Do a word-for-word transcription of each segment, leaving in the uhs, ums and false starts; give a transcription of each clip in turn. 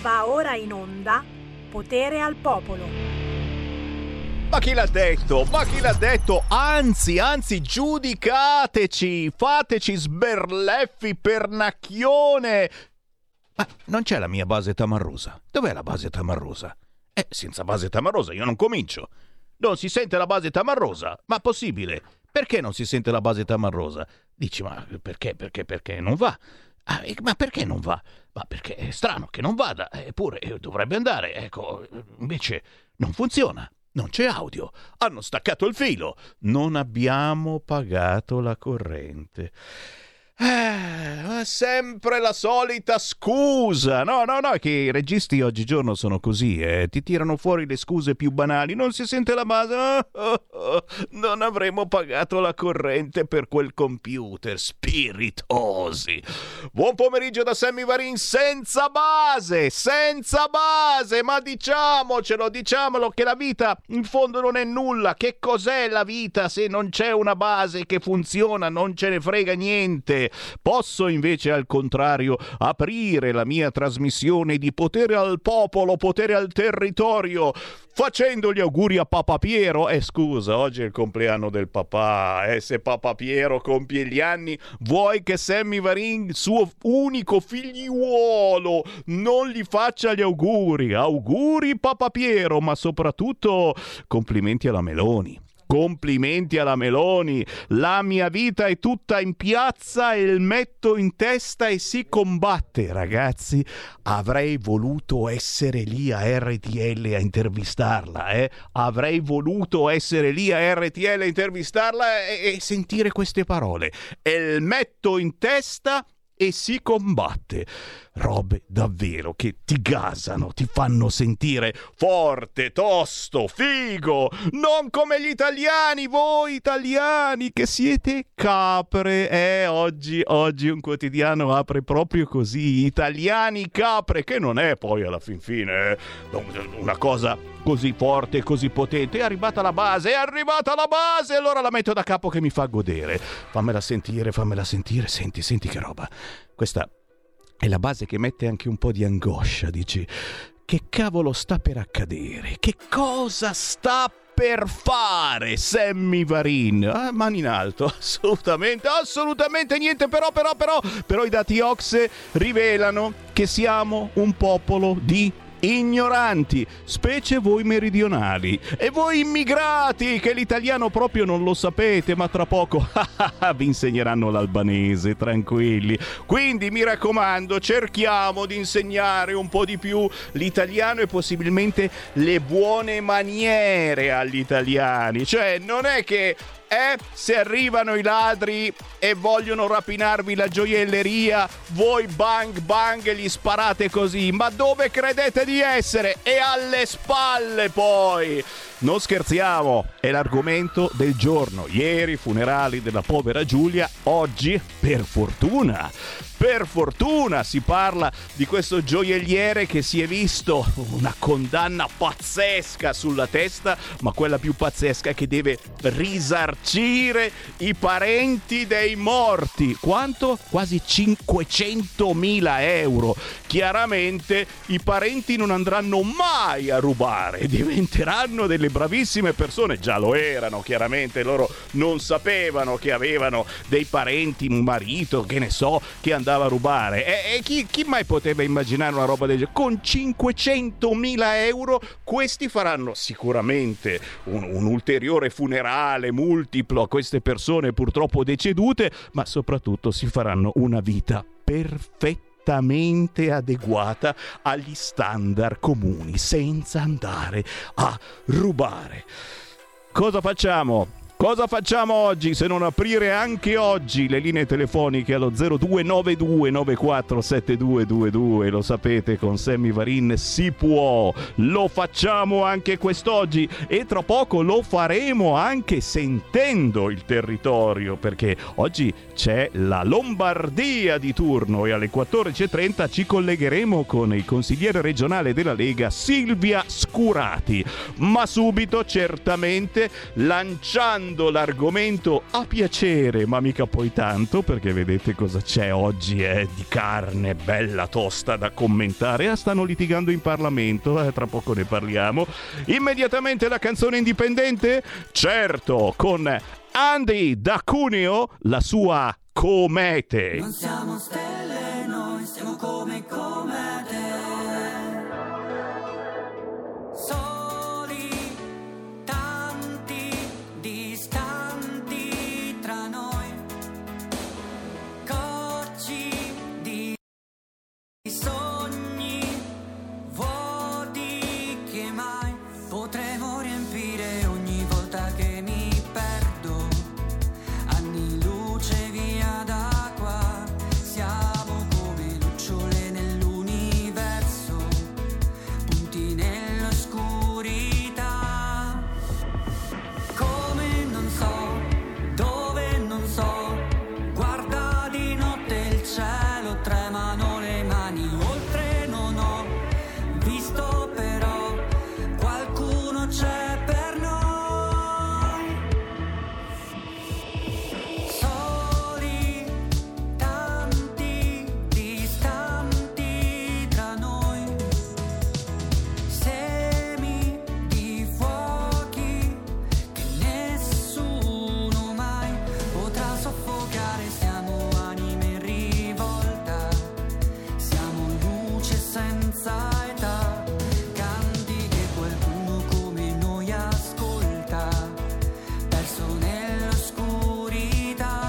Va ora in onda Potere al Popolo. Ma chi l'ha detto? Ma chi l'ha detto? Anzi, anzi, giudicateci, fateci sberleffi, pernacchione. Ma non c'è la mia base tamarrosa? Dov'è la base tamarrosa? Eh, senza base tamarrosa io non comincio. Non si sente la base tamarrosa? Ma possibile? Perché non si sente la base tamarrosa? Dici, ma perché, perché, perché non va? Ah, ma perché non va? Ma perché è strano che non vada, eppure dovrebbe andare, ecco, invece non funziona, non c'è audio, hanno staccato il filo, non abbiamo pagato la corrente. Eh, sempre la solita scusa. No, no, no, che i registi oggigiorno sono così, eh. Ti tirano fuori le scuse più banali. Non si sente la base. Oh, oh, oh. Non avremo pagato la corrente per quel computer. Spiritosi. Buon pomeriggio da Sammy Varin, senza base, senza base. Ma diciamocelo, diciamolo che la vita in fondo non è nulla. Che cos'è la vita se non c'è una base che funziona? Non ce ne frega niente. Posso invece al contrario aprire la mia trasmissione di Potere al Popolo, Potere al Territorio, facendo gli auguri a Papa Piero. Eh scusa, oggi è il compleanno del papà, e eh, se Papa Piero compie gli anni, vuoi che Sammy Varin, suo unico figliuolo, non gli faccia gli auguri? Auguri Papa Piero, ma soprattutto complimenti alla Meloni. Complimenti alla Meloni, la mia vita è tutta in piazza e il metto in testa e si combatte, ragazzi. Avrei voluto essere lì a R T L a intervistarla, eh? Avrei voluto essere lì a R T L a intervistarla e, e sentire queste parole. Il metto in testa e si combatte. Robe davvero che ti gasano, ti fanno sentire forte, tosto, figo, non come gli italiani, voi italiani che siete capre. Eh, oggi, oggi un quotidiano apre proprio così, italiani capre, che non è poi alla fin fine eh, una cosa così forte, così potente. È arrivata la base, è arrivata la base, allora la metto da capo che mi fa godere. Fammela sentire, fammela sentire, senti, senti che roba. Questa è la base che mette anche un po' di angoscia, dici, che cavolo sta per accadere? Che cosa sta per fare Sammy Varin? Ah, mani in alto, assolutamente, assolutamente niente, però, però, però, però i dati O C S E rivelano che siamo un popolo di ignoranti, specie voi meridionali e voi immigrati che l'italiano proprio non lo sapete, ma tra poco vi insegneranno l'albanese, tranquilli. Quindi mi raccomando, cerchiamo di insegnare un po' di più l'italiano e possibilmente le buone maniere agli italiani. Cioè non è che Eh, se arrivano i ladri e vogliono rapinarvi la gioielleria, voi bang bang gli sparate così. Ma dove credete di essere? E alle spalle poi! Non scherziamo, è l'argomento del giorno. Ieri funerali della povera Giulia, oggi per fortuna, per fortuna si parla di questo gioielliere che si è visto una condanna pazzesca sulla testa, ma quella più pazzesca è che deve risarcire i parenti dei morti. Quanto? Quasi cinquecentomila euro. Chiaramente i parenti non andranno mai a rubare, diventeranno delle bravissime persone, già lo erano chiaramente, loro non sapevano che avevano dei parenti, un marito, che ne so, che andava a rubare. E, e chi, chi mai poteva immaginare una roba del genere? Con cinquecentomila euro questi faranno sicuramente un, un ulteriore funerale multiplo a queste persone purtroppo decedute, ma soprattutto si faranno una vita perfetta, adeguata agli standard comuni, senza andare a rubare. Cosa facciamo? Cosa facciamo oggi se non aprire anche oggi le linee telefoniche allo zero due nove due nove quattro sette due due due? Lo sapete, con Sammy Varin si può. Lo facciamo anche quest'oggi e tra poco lo faremo anche sentendo il territorio, perché oggi c'è la Lombardia di turno e alle quattordici e trenta ci collegheremo con il consigliere regionale della Lega Silvia Scurati. Ma subito, certamente, lanciando cambiando l'argomento a piacere, ma mica poi tanto, perché vedete cosa c'è oggi, eh, di carne bella tosta da commentare. Ah, stanno litigando in Parlamento, eh, tra poco ne parliamo. Immediatamente la canzone indipendente? Certo, con Andy da Cuneo, la sua Comete. Non siamo stelle, noi siamo come comete. Soli, tanti, distanti tra noi. Cocci di sogni, vuoti che mai potremo riempire ogni volta che mi perdo. Anni luce via da qua, siamo come lucciole nell'universo, punti nell'oscurità. Come non so, dove non so, guarda di notte il cielo, tremano le mani, oltre non ho visto però, qualcuno c'è per noi. Soli, tanti, distanti tra noi, semi di fuochi che nessuno mai potrà soffocare. Siamo anime in rivolta, siamo luce senza età, canti che qualcuno come noi ascolta, perso nell'oscurità.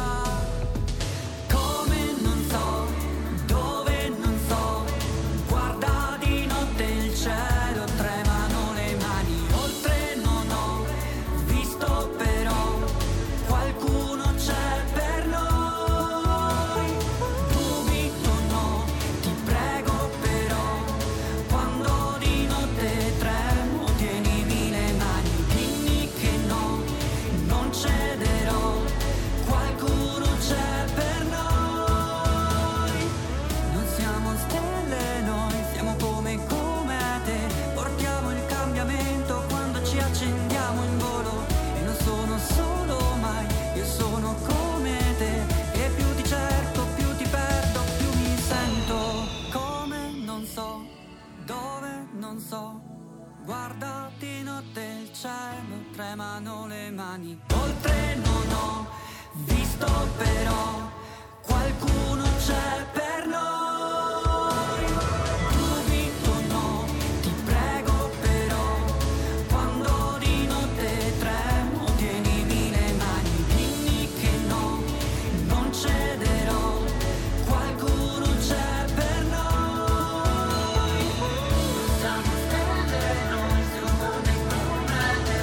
Come non so, dove non so, guarda di notte il cielo, tremano le mani, oltre non ho visto però, qualcuno c'è per noi. Dubito no, ti prego però, quando di notte tremo, tienimi le mani, dimmi che no, non cederò, qualcuno c'è per noi. Non siamo stelle, noi siamo come comete, portiamo il cambiamento quando ci accendiamo in volo. E non sono solo mai, io sono come te, e più ti cerco, più ti perdo, più mi sento come non so, dove non so, guarda di notte il cielo, tremano le mani, oltre non ho visto però, qualcuno c'è per noi. Dubito no, ti prego però, quando di notte tremo, tienimi le mani, dimmi che no, non cederò, qualcuno c'è per noi. Siamo stelle, noi siamo come comete.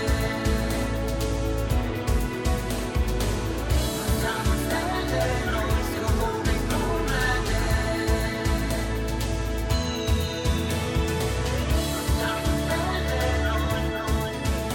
Siamo stelle, noi siamo come comete. Siamo stelle, noi, noi.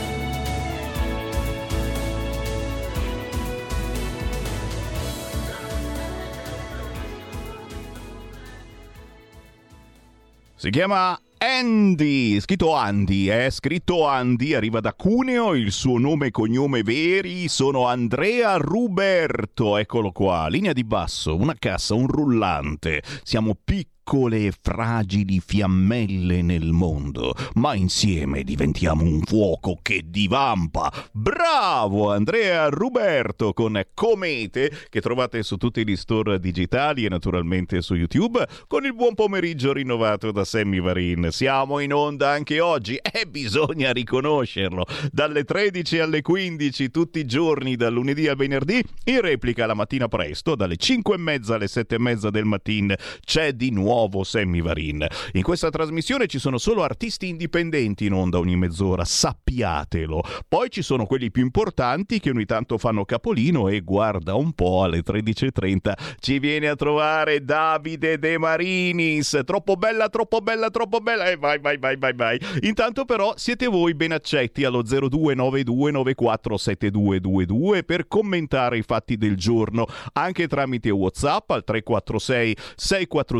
Si chiama Andy, scritto Andy, eh? scritto Andy, arriva da Cuneo, il suo nome e cognome veri sono Andrea Ruberto, eccolo qua, linea di basso, una cassa, un rullante, siamo piccoli e fragili fiammelle nel mondo, ma insieme diventiamo un fuoco che divampa. Bravo Andrea Ruberto con Comete, che trovate su tutti gli store digitali e naturalmente su YouTube, con il buon pomeriggio rinnovato da Sammy Varin. Siamo in onda anche oggi e bisogna riconoscerlo, dalle tredici alle quindici tutti i giorni, dal lunedì al venerdì, in replica la mattina presto dalle cinque e mezza alle sette e mezza del mattino c'è di nuovo Sammy Varin. In questa trasmissione ci sono solo artisti indipendenti in onda ogni mezz'ora, sappiatelo. Poi ci sono quelli più importanti che ogni tanto fanno capolino e guarda un po' alle tredici e trenta ci viene a trovare Davide De Marinis. Troppo bella, troppo bella, troppo bella e eh, vai, vai, vai, vai, vai. Intanto però siete voi ben accetti allo zero due nove due nove quattro sette due due due per commentare i fatti del giorno, anche tramite WhatsApp al tre quattro sei sei quattro due sette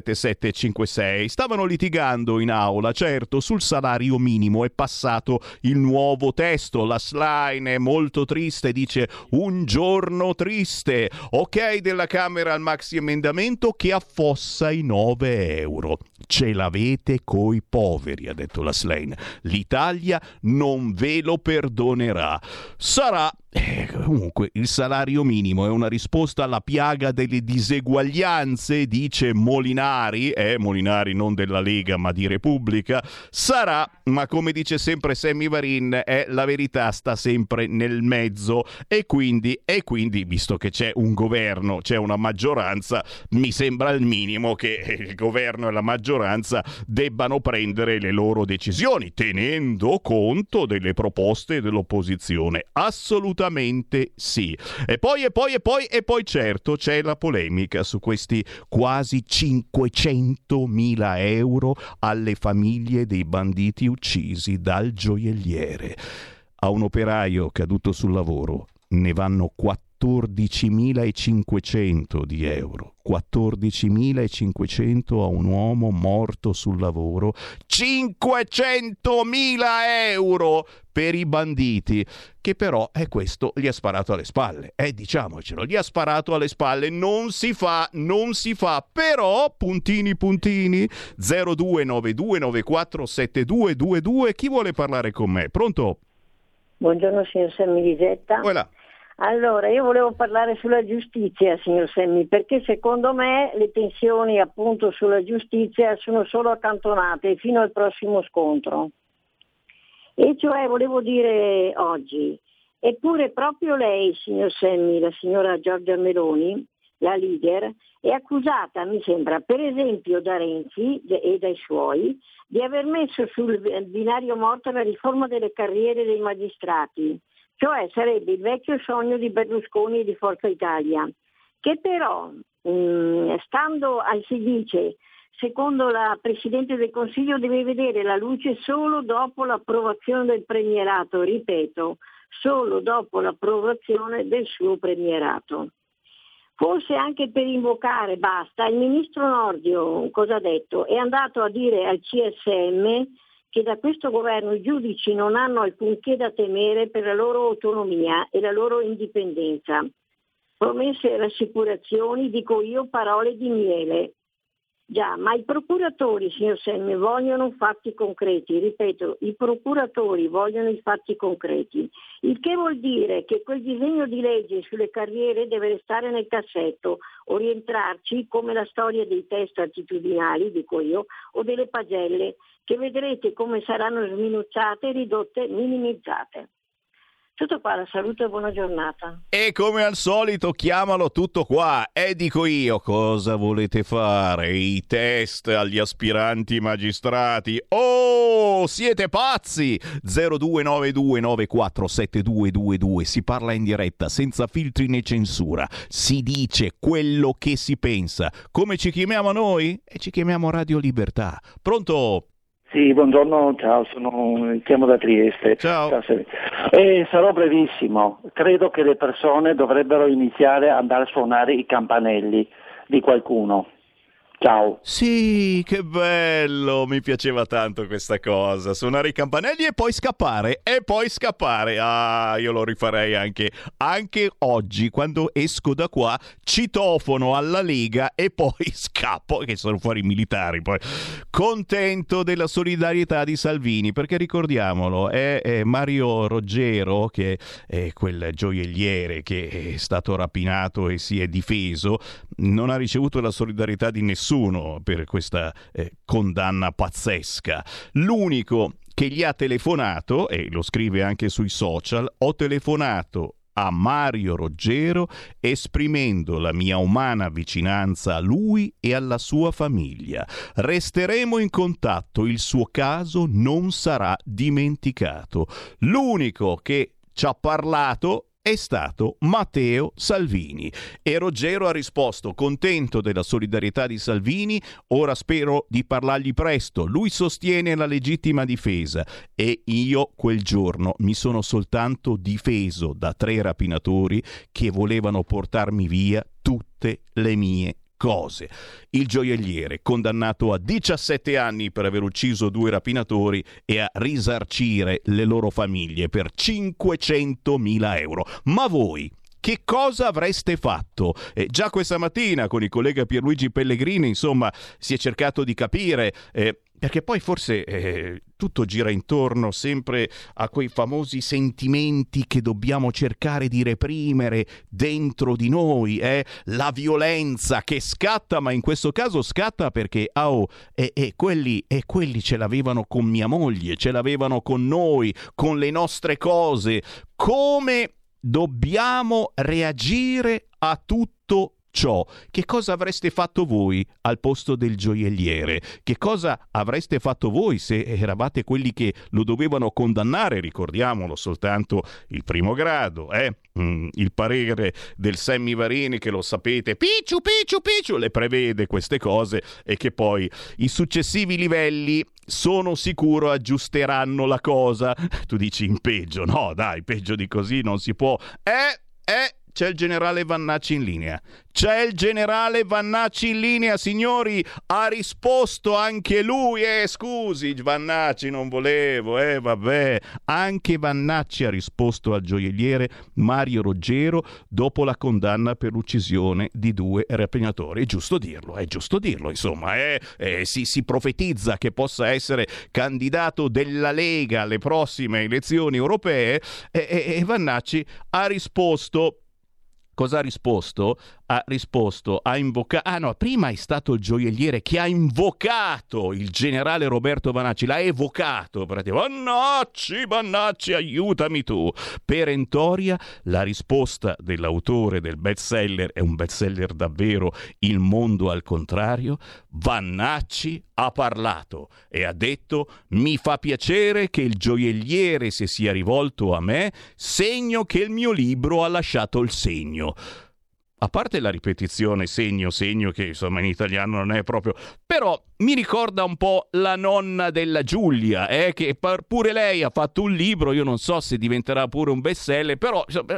sette sette cinque sei. Stavano litigando in aula, certo, sul salario minimo. È passato il nuovo testo, la Schlein è molto triste, dice un giorno triste. Ok della Camera al maxi emendamento che affossa i nove euro. Ce l'avete coi poveri, ha detto la Schlein. L'Italia non ve lo perdonerà. Sarà Eh, comunque il salario minimo è una risposta alla piaga delle diseguaglianze, dice Molinari, eh, Molinari non della Lega ma di Repubblica. Sarà, ma come dice sempre Sammy Varin, eh, la verità sta sempre nel mezzo e quindi, e quindi visto che c'è un governo, c'è una maggioranza, mi sembra il minimo che il governo e la maggioranza debbano prendere le loro decisioni tenendo conto delle proposte dell'opposizione. Assolutamente sì. E poi, e poi, e poi, e poi certo c'è la polemica su questi quasi cinquecentomila euro alle famiglie dei banditi uccisi dal gioielliere. A un operaio caduto sul lavoro ne vanno quattordicimilacinquecento di euro. quattordicimilacinquecento a un uomo morto sul lavoro. cinquecentomila euro per i banditi, che però è questo, gli ha sparato alle spalle. Eh, diciamocelo, gli ha sparato alle spalle. Non si fa, non si fa. Però, puntini puntini, zero due nove due nove quattro sette due due due. Chi vuole parlare con me? Pronto? Buongiorno signor Semmi Lisetta. Voilà. Allora, io volevo parlare sulla giustizia, signor Semmi, perché secondo me le tensioni appunto sulla giustizia sono solo accantonate fino al prossimo scontro. E cioè volevo dire oggi, eppure proprio lei, signor Semmi, la signora Giorgia Meloni, la leader, è accusata, mi sembra, per esempio da Renzi e dai suoi, di aver messo sul binario morto la riforma delle carriere dei magistrati. Cioè sarebbe il vecchio sogno di Berlusconi e di Forza Italia, che però, mh, stando al si dice, secondo la Presidente del Consiglio, deve vedere la luce solo dopo l'approvazione del premierato, ripeto, solo dopo l'approvazione del suo premierato. Forse anche per invocare basta, il ministro Nordio, cosa ha detto? È andato a dire al C S M che da questo governo i giudici non hanno alcunché da temere per la loro autonomia e la loro indipendenza. Promesse e rassicurazioni, dico io, parole di miele. Già, ma i procuratori, signor Semmi, vogliono fatti concreti, ripeto, i procuratori vogliono i fatti concreti, il che vuol dire che quel disegno di legge sulle carriere deve restare nel cassetto o rientrarci come la storia dei test attitudinali, dico io, o delle pagelle, che vedrete come saranno sminuzzate, ridotte, minimizzate. Tutto qua, la saluto e buona giornata. E come al solito chiamalo tutto qua. E dico io, cosa volete fare? I test agli aspiranti magistrati? Oh, siete pazzi! zero due nove due nove quattro sette due due due. Si parla in diretta, senza filtri né censura. Si dice quello che si pensa. Come ci chiamiamo noi? E ci chiamiamo Radio Libertà. Pronto? Sì, buongiorno, ciao, sono, chiamo da Trieste. Ciao. Eh, sarò brevissimo. Credo che le persone dovrebbero iniziare ad andare a suonare i campanelli di qualcuno. Ciao. Sì, che bello, mi piaceva tanto questa cosa, suonare i campanelli e poi scappare, e poi scappare. Ah, io lo rifarei anche, anche oggi, quando esco da qua, citofono alla Lega e poi scappo, che sono fuori i militari poi. Contento della solidarietà di Salvini, perché ricordiamolo, è, è Mario Roggero, che è quel gioielliere che è stato rapinato e si è difeso, non ha ricevuto la solidarietà di nessuno per questa eh, condanna pazzesca. L'unico che gli ha telefonato, e lo scrive anche sui social, ho telefonato a Mario Roggero esprimendo la mia umana vicinanza a lui e alla sua famiglia. Resteremo in contatto, il suo caso non sarà dimenticato. L'unico che ci ha parlato è stato Matteo Salvini e Roggero ha risposto: contento della solidarietà di Salvini, ora spero di parlargli presto, lui sostiene la legittima difesa e io quel giorno mi sono soltanto difeso da tre rapinatori che volevano portarmi via tutte le mie cose. Il gioielliere, condannato a diciassette anni per aver ucciso due rapinatori e a risarcire le loro famiglie per cinquecentomila euro. Ma voi che cosa avreste fatto? Eh, già questa mattina con il collega Pierluigi Pellegrini, insomma, si è cercato di capire, eh, perché poi forse eh, tutto gira intorno sempre a quei famosi sentimenti che dobbiamo cercare di reprimere dentro di noi, eh? La violenza che scatta, ma in questo caso scatta perché ah, oh, e, e, quelli, e quelli ce l'avevano con mia moglie, ce l'avevano con noi, con le nostre cose. Come dobbiamo reagire a tutto ciò? Che cosa avreste fatto voi al posto del gioielliere? Che cosa avreste fatto voi se eravate quelli che lo dovevano condannare? Ricordiamolo, soltanto il primo grado, eh? Mm, il parere del Semmi Varini, che lo sapete, picciu picciu picciu, le prevede queste cose, e che poi i successivi livelli, sono sicuro, aggiusteranno la cosa. Tu dici in peggio? No, dai, peggio di così non si può. Eh, eh, c'è il generale Vannacci in linea. C'è il generale Vannacci in linea, signori. Ha risposto anche lui. Eh, scusi, Vannacci, non volevo. Eh, vabbè. Anche Vannacci ha risposto al gioielliere Mario Roggero dopo la condanna per l'uccisione di due rapinatori. È giusto dirlo, è giusto dirlo, insomma. Eh, eh, si, si profetizza che possa essere candidato della Lega alle prossime elezioni europee, e, e, e Vannacci ha risposto. Cosa ha risposto? Ha risposto, ha invocato... Ah no, prima è stato il gioielliere che ha invocato il generale Roberto Vannacci, l'ha evocato, praticamente. Vannacci, Vannacci, aiutami tu! Perentoria, la risposta dell'autore del bestseller, è un bestseller davvero, Il mondo al contrario. Vannacci ha parlato e ha detto: mi fa piacere che il gioielliere si sia rivolto a me, segno che il mio libro ha lasciato il segno. A parte la ripetizione segno, segno, che insomma in italiano non è proprio... Però mi ricorda un po' la nonna della Giulia, eh, che pure lei ha fatto un libro, io non so se diventerà pure un bestseller, però insomma,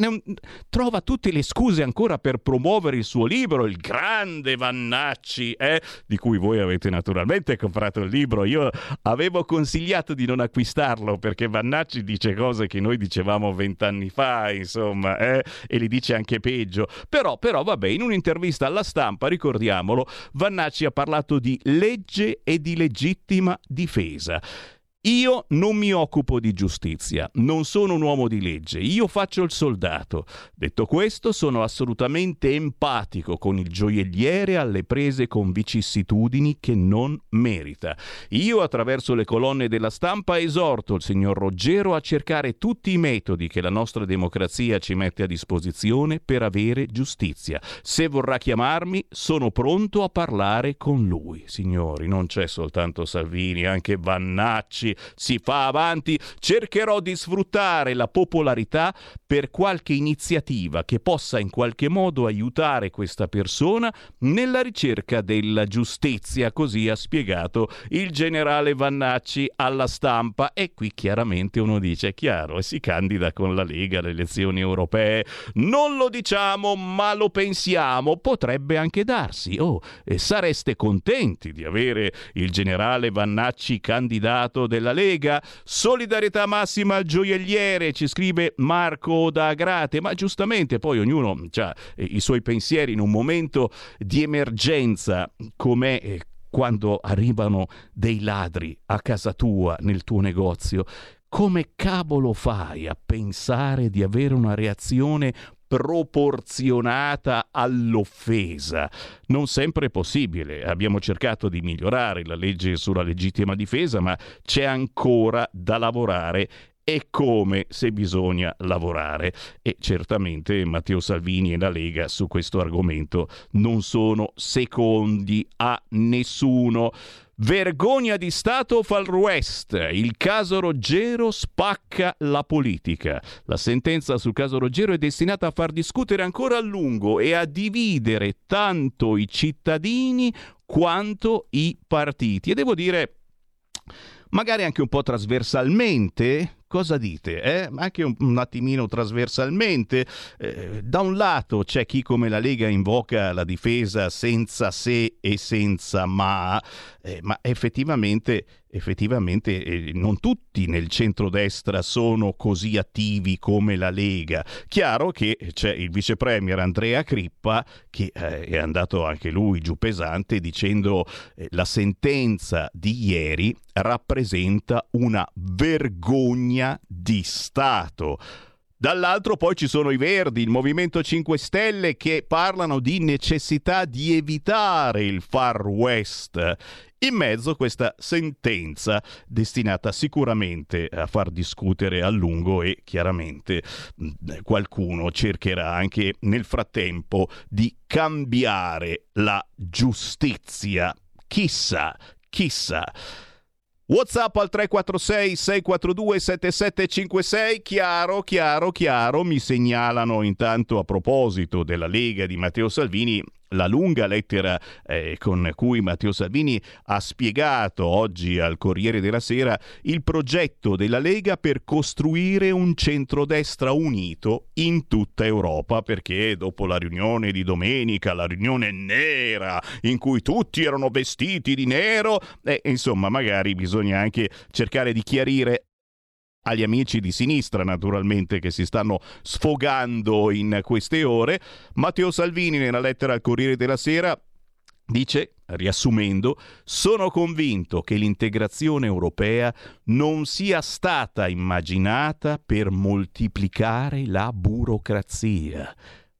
trova tutte le scuse ancora per promuovere il suo libro, il grande Vannacci, eh, di cui voi avete naturalmente comprato il libro. Io avevo consigliato di non acquistarlo perché Vannacci dice cose che noi dicevamo vent'anni fa, insomma, eh, e li dice anche peggio. Però, però, vabbè, in un'intervista alla Stampa, ricordiamolo, Vannacci ha parlato di legge e di legittima difesa. Io non mi occupo di giustizia, non sono un uomo di legge, io faccio il soldato. Detto questo, sono assolutamente empatico con il gioielliere alle prese con vicissitudini che non merita. Io, attraverso le colonne della Stampa, esorto il signor Roggero a cercare tutti i metodi che la nostra democrazia ci mette a disposizione per avere giustizia. Se vorrà chiamarmi, sono pronto a parlare con lui. Signori, non c'è soltanto Salvini, anche Vannacci si fa avanti. Cercherò di sfruttare la popolarità per qualche iniziativa che possa in qualche modo aiutare questa persona nella ricerca della giustizia, così ha spiegato il generale Vannacci alla Stampa. E qui chiaramente uno dice, è chiaro, e si candida con la Lega alle elezioni europee. Non lo diciamo, ma lo pensiamo, potrebbe anche darsi. Oh, e sareste contenti di avere il generale Vannacci candidato della Lega? Solidarietà massima al gioielliere, ci scrive Marco da Agrate, ma giustamente poi ognuno ha i suoi pensieri in un momento di emergenza com'è quando arrivano dei ladri a casa tua, nel tuo negozio. Come cavolo fai a pensare di avere una reazione proporzionata all'offesa? Non sempre è possibile. Abbiamo cercato di migliorare la legge sulla legittima difesa, ma c'è ancora da lavorare, e come, se bisogna lavorare. E certamente Matteo Salvini e la Lega su questo argomento non sono secondi a nessuno. Vergogna di Stato Far West, il caso Roggero spacca la politica. La sentenza sul caso Roggero è destinata a far discutere ancora a lungo e a dividere tanto i cittadini quanto i partiti. E devo dire, magari anche un po' trasversalmente, Cosa dite? Eh? Anche un, un attimino trasversalmente. Eh, da un lato c'è chi come la Lega invoca la difesa senza se e senza ma, eh, ma effettivamente, effettivamente eh, non tutti nel centrodestra sono così attivi come la Lega. Chiaro che c'è il vice premier Andrea Crippa che eh, è andato anche lui giù pesante dicendo eh, la sentenza di ieri rappresenta una vergogna di Stato. Dall'altro poi ci sono i Verdi, il Movimento cinque Stelle che parlano di necessità di evitare il Far West. In mezzo questa sentenza destinata sicuramente a far discutere a lungo e chiaramente qualcuno cercherà anche nel frattempo di cambiare la giustizia. Chissà, chissà. WhatsApp al tre quattro sei sei quattro due sette sette cinque sei, chiaro, chiaro, chiaro, mi segnalano intanto a proposito della Lega di Matteo Salvini la lunga lettera eh, con cui Matteo Salvini ha spiegato oggi al Corriere della Sera il progetto della Lega per costruire un centrodestra unito in tutta Europa, perché dopo la riunione di domenica, la riunione nera in cui tutti erano vestiti di nero, eh, insomma magari bisogna anche cercare di chiarire agli amici di sinistra naturalmente che si stanno sfogando in queste ore. Matteo Salvini nella lettera al Corriere della Sera dice, riassumendo, sono convinto che l'integrazione europea non sia stata immaginata per moltiplicare la burocrazia.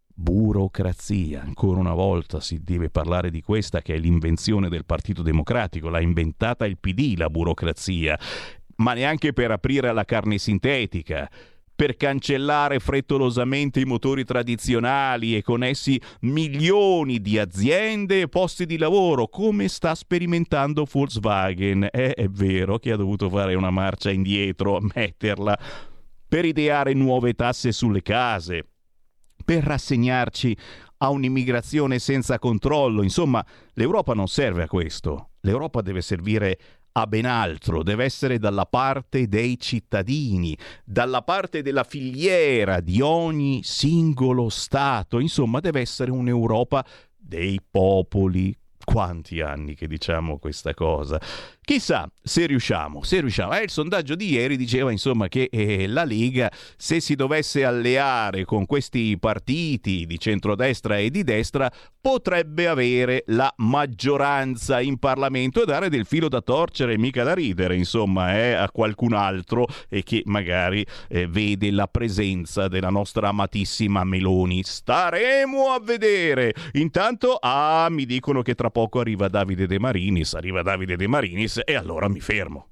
Burocrazia, ancora una volta si deve parlare di questa che è l'invenzione del Partito Democratico, l'ha inventata il P D la burocrazia. Ma neanche per aprire alla carne sintetica, per cancellare frettolosamente i motori tradizionali e con essi milioni di aziende e posti di lavoro, come sta sperimentando Volkswagen. Eh, è vero che ha dovuto fare una marcia indietro a metterla, per ideare nuove tasse sulle case, per rassegnarci a un'immigrazione senza controllo. Insomma, l'Europa non serve a questo. L'Europa deve servire a ben altro, deve essere dalla parte dei cittadini, dalla parte della filiera di ogni singolo Stato. Insomma, deve essere un'Europa dei popoli. Quanti anni che diciamo questa cosa? Chissà se riusciamo, se riusciamo. Eh, il sondaggio di ieri diceva insomma che eh, la Lega, se si dovesse alleare con questi partiti di centrodestra e di destra, potrebbe avere la maggioranza in Parlamento e dare del filo da torcere, mica da ridere, insomma, eh, a qualcun altro e che magari eh, vede la presenza della nostra amatissima Meloni. Staremo a vedere. Intanto, ah, mi dicono che tra poco arriva Davide De Marinis, arriva Davide De Marinis e allora mi fermo.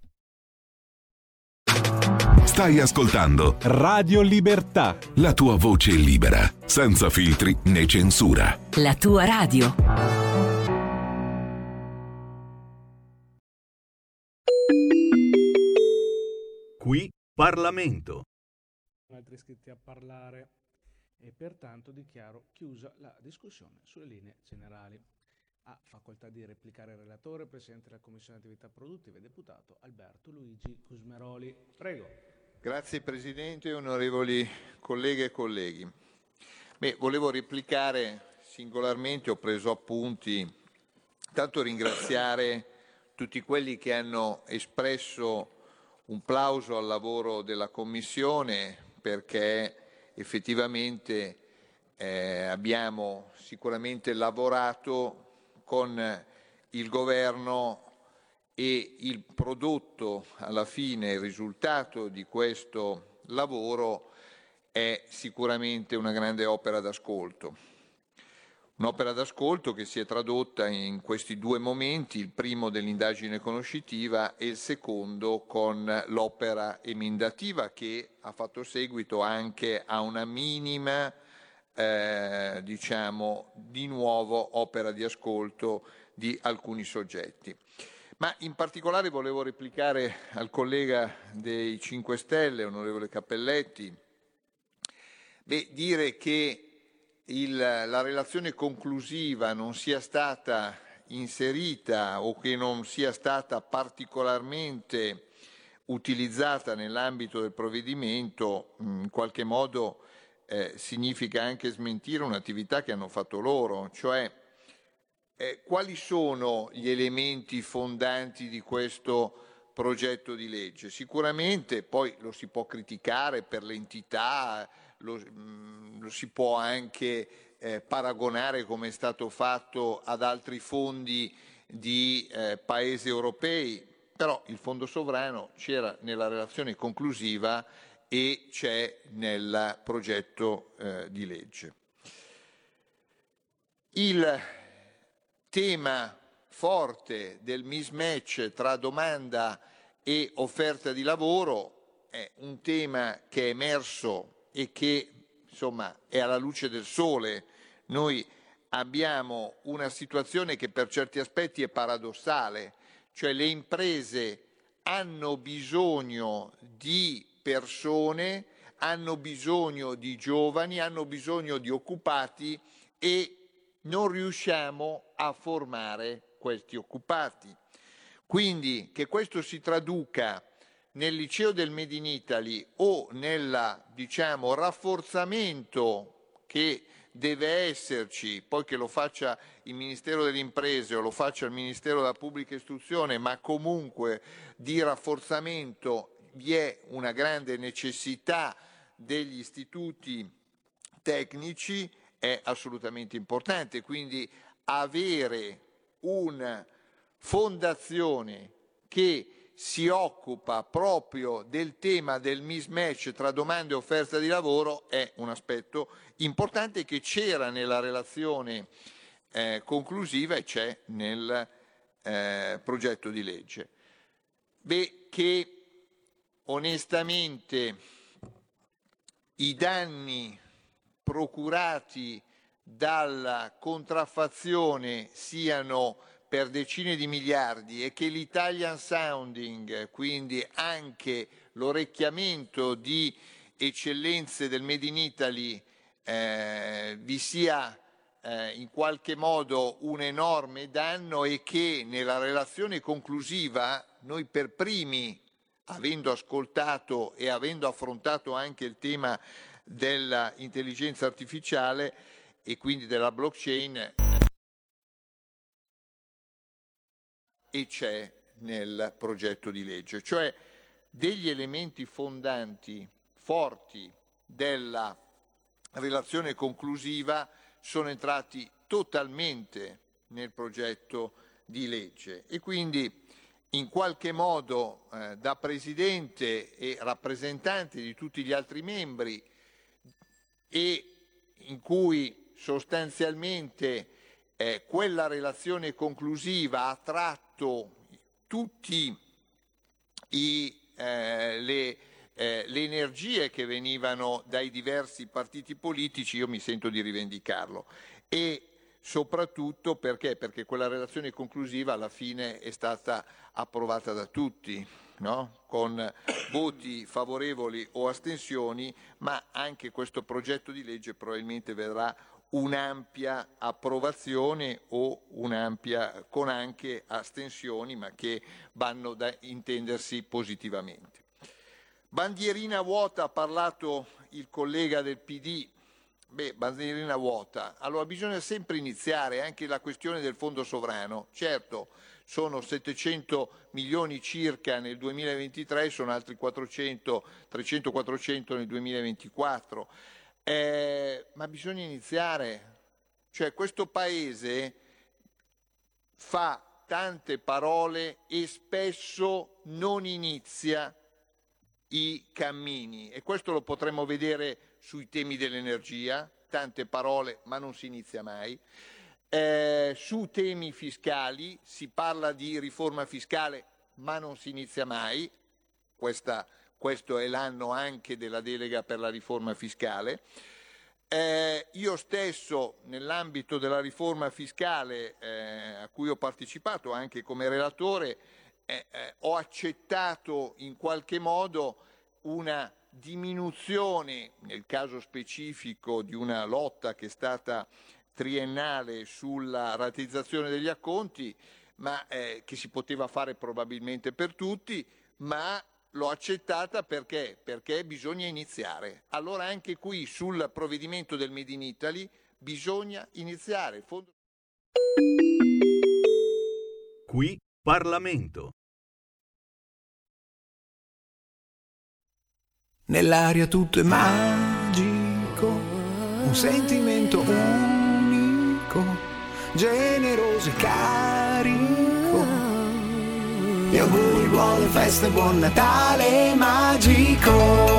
Stai ascoltando Radio Libertà, la tua voce libera, senza filtri né censura. La tua radio. Qui Parlamento. Altri iscritti a parlare e pertanto dichiaro chiusa la discussione sulle linee generali. Ha facoltà di replicare il relatore, Presidente della Commissione Attività Produttive, Deputato Alberto Luigi Cusmeroli. Prego. Grazie Presidente, onorevoli colleghe e colleghi. Beh, volevo replicare singolarmente, ho preso appunti, tanto ringraziare tutti quelli che hanno espresso un plauso al lavoro della Commissione, perché effettivamente eh, abbiamo sicuramente lavorato con il Governo e il prodotto, alla fine, il risultato di questo lavoro è sicuramente una grande opera d'ascolto. Un'opera d'ascolto che si è tradotta in questi due momenti, il primo dell'indagine conoscitiva e il secondo con l'opera emendativa che ha fatto seguito anche a una minima Eh, diciamo di nuovo opera di ascolto di alcuni soggetti. Ma in particolare volevo replicare al collega dei cinque Stelle, onorevole Cappelletti, beh, dire che il, la relazione conclusiva non sia stata inserita o che non sia stata particolarmente utilizzata nell'ambito del provvedimento in qualche modo eh, significa anche smentire un'attività che hanno fatto loro, cioè eh, quali sono gli elementi fondanti di questo progetto di legge? Sicuramente poi lo si può criticare per l'entità, lo, mh, lo si può anche eh, paragonare, come è stato fatto, ad altri fondi di eh, paesi europei, però il fondo sovrano c'era nella relazione conclusiva e c'è nel progetto eh, di legge. Il tema forte del mismatch tra domanda e offerta di lavoro è un tema che è emerso e che insomma è alla luce del sole. Noi abbiamo una situazione che per certi aspetti è paradossale, cioè le imprese hanno bisogno di persone, hanno bisogno di giovani, hanno bisogno di occupati e non riusciamo a formare questi occupati. Quindi che questo si traduca nel liceo del Made in Italy o nel, diciamo, rafforzamento che deve esserci, poi che lo faccia il Ministero delle Imprese o lo faccia il Ministero della Pubblica Istruzione, ma comunque di rafforzamento vi è una grande necessità degli istituti tecnici, è assolutamente importante. Quindi avere una fondazione che si occupa proprio del tema del mismatch tra domanda e offerta di lavoro è un aspetto importante che c'era nella relazione eh, conclusiva e c'è nel eh, progetto di legge. Beh, che onestamente i danni procurati dalla contraffazione siano per decine di miliardi e che l'Italian Sounding, quindi anche l'orecchiamento di eccellenze del Made in Italy, eh, vi sia eh, in qualche modo un enorme danno e che nella relazione conclusiva noi per primi, avendo ascoltato e avendo affrontato anche il tema dell'intelligenza artificiale e quindi della blockchain, e c'è nel progetto di legge, cioè degli elementi fondanti forti della relazione conclusiva sono entrati totalmente nel progetto di legge e quindi in qualche modo eh, da Presidente e rappresentante di tutti gli altri membri, e in cui sostanzialmente eh, quella relazione conclusiva ha tratto tutti i, eh, le, eh, le energie che venivano dai diversi partiti politici, io mi sento di rivendicarlo. E soprattutto perché? Perché quella relazione conclusiva alla fine è stata approvata da tutti, no? Con voti favorevoli o astensioni, ma anche questo progetto di legge probabilmente vedrà un'ampia approvazione o un'ampia con anche astensioni, ma che vanno da intendersi positivamente. Bandierina vuota, ha parlato il collega del P D. Beh, bandierina vuota. Allora bisogna sempre iniziare anche la questione del fondo sovrano. Certo, sono settecento milioni circa nel duemilaventitré, sono altri quattrocento, trecento quattrocento nel duemilaventiquattro. Eh, ma bisogna iniziare. Cioè questo Paese fa tante parole e spesso non inizia i cammini, e questo lo potremmo vedere sui temi dell'energia, tante parole ma non si inizia mai. Eh, su temi fiscali si parla di riforma fiscale ma non si inizia mai. Questa, questo è l'anno anche della delega per la riforma fiscale. Eh, io stesso nell'ambito della riforma fiscale eh, a cui ho partecipato anche come relatore eh, eh, ho accettato in qualche modo una diminuzione, nel caso specifico di una lotta che è stata triennale sulla rateizzazione degli acconti, ma eh, che si poteva fare probabilmente per tutti, ma l'ho accettata perché? Perché bisogna iniziare. Allora anche qui sul provvedimento del Made in Italy bisogna iniziare. Fondo... Qui Parlamento. Nell'aria tutto è magico, un sentimento unico, generoso e carico. Gli auguri, buone feste, buon Natale magico.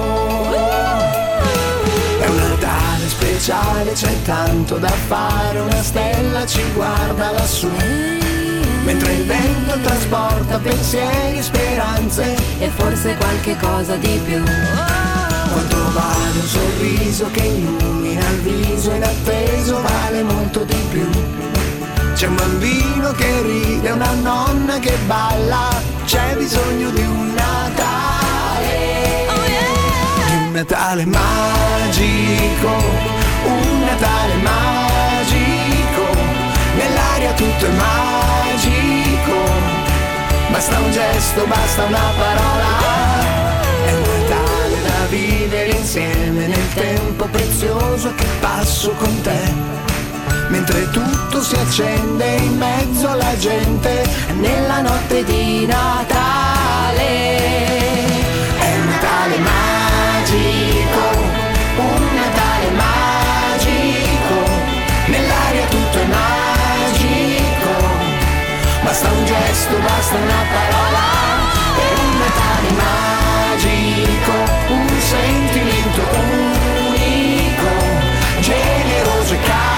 È un Natale speciale, c'è tanto da fare, una stella ci guarda lassù, mentre il vento trasporta pensieri e speranze e forse qualche cosa di più. Quanto vale un sorriso che illumina il viso, inatteso vale molto di più. C'è un bambino che ride, una nonna che balla, c'è bisogno di un Natale, oh yeah! Di un Natale magico, un Natale magico, nell'aria tutto è magico, basta un gesto, basta una parola, è un Natale da vivere insieme nel tempo prezioso che passo con te. Mentre tutto si accende in mezzo alla gente, nella notte di Natale. È un Natale magico, un Natale magico, nell'aria tutto è magico, basta un gesto, basta una parola. È un Natale magico, un sentimento unico, generoso e carico.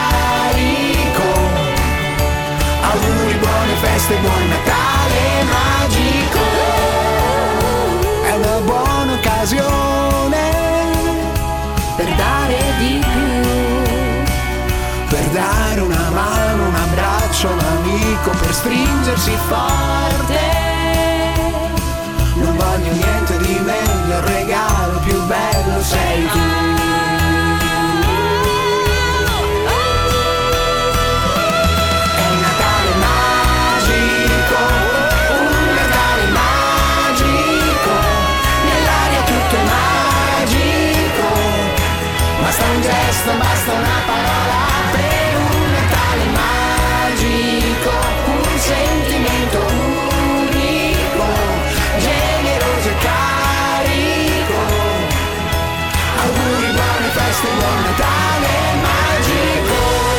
Auguri, buone feste, buon Natale magico. È una buona occasione per dare di più, per dare una mano, un abbraccio a un amico, per stringersi forte. Non voglio niente di meglio, il regalo più bello sei tu. Basta un gesto, basta una parola per un Natale magico, un sentimento unico, generoso e carico. Auguri, buone feste, buon Natale magico.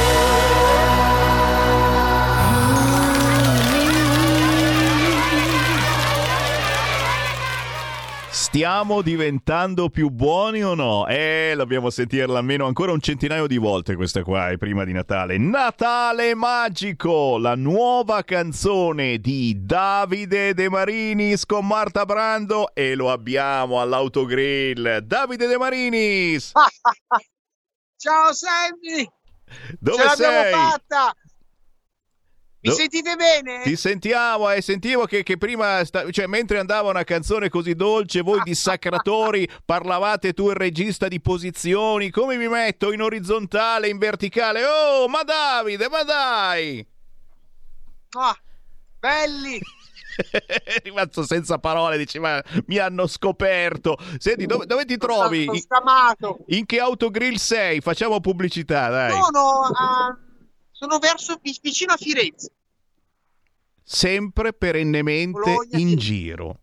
Stiamo diventando più buoni o no? Eh, dobbiamo sentirla almeno ancora un centinaio di volte questa qua, eh, prima di Natale. Natale magico, la nuova canzone di Davide De Marinis con Marta Brando, e lo abbiamo all'Autogrill. Davide De Marinis! Ciao Sammy! Dove Ce l'abbiamo sei? fatta! Mi Do- sentite bene? Ti sentiamo, eh, sentivo che, che prima, sta- cioè mentre andava una canzone così dolce, voi dissacratori parlavate, tu il regista di posizioni, come mi metto in orizzontale, in verticale, oh ma Davide, ma dai! Ah, belli! È rimasto senza parole, dice ma mi hanno scoperto. Senti, dove, dove ti trovi? Sono scamato. In che Autogrill sei? Facciamo pubblicità, dai. Sono, a, sono verso vicino a Firenze. Sempre perennemente Bologna, in sì. giro.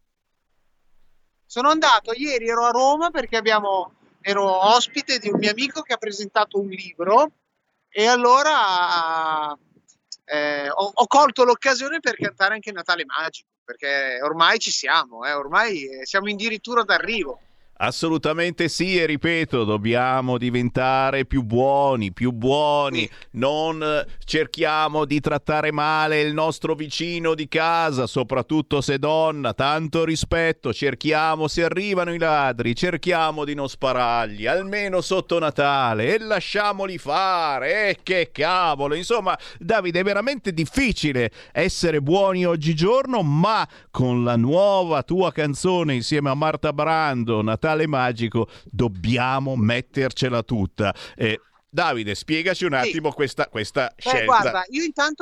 Sono andato ieri, ero a Roma perché abbiamo ero ospite di un mio amico che ha presentato un libro e allora eh, ho, ho colto l'occasione per cantare anche Natale Magico, perché ormai ci siamo, eh, ormai eh, siamo addirittura d'arrivo. Assolutamente sì, e ripeto, dobbiamo diventare più buoni, più buoni, sì. Non eh, cerchiamo di trattare male il nostro vicino di casa, soprattutto se donna, tanto rispetto, cerchiamo, se arrivano i ladri, cerchiamo di non sparargli, almeno sotto Natale, e lasciamoli fare, e che cavolo, insomma, Davide, è veramente difficile essere buoni oggigiorno, ma con la nuova tua canzone insieme a Marta Brando, Natale Magico, dobbiamo mettercela tutta. Eh, Davide, spiegaci un attimo sì. questa, questa Beh, scelta. guarda, io intanto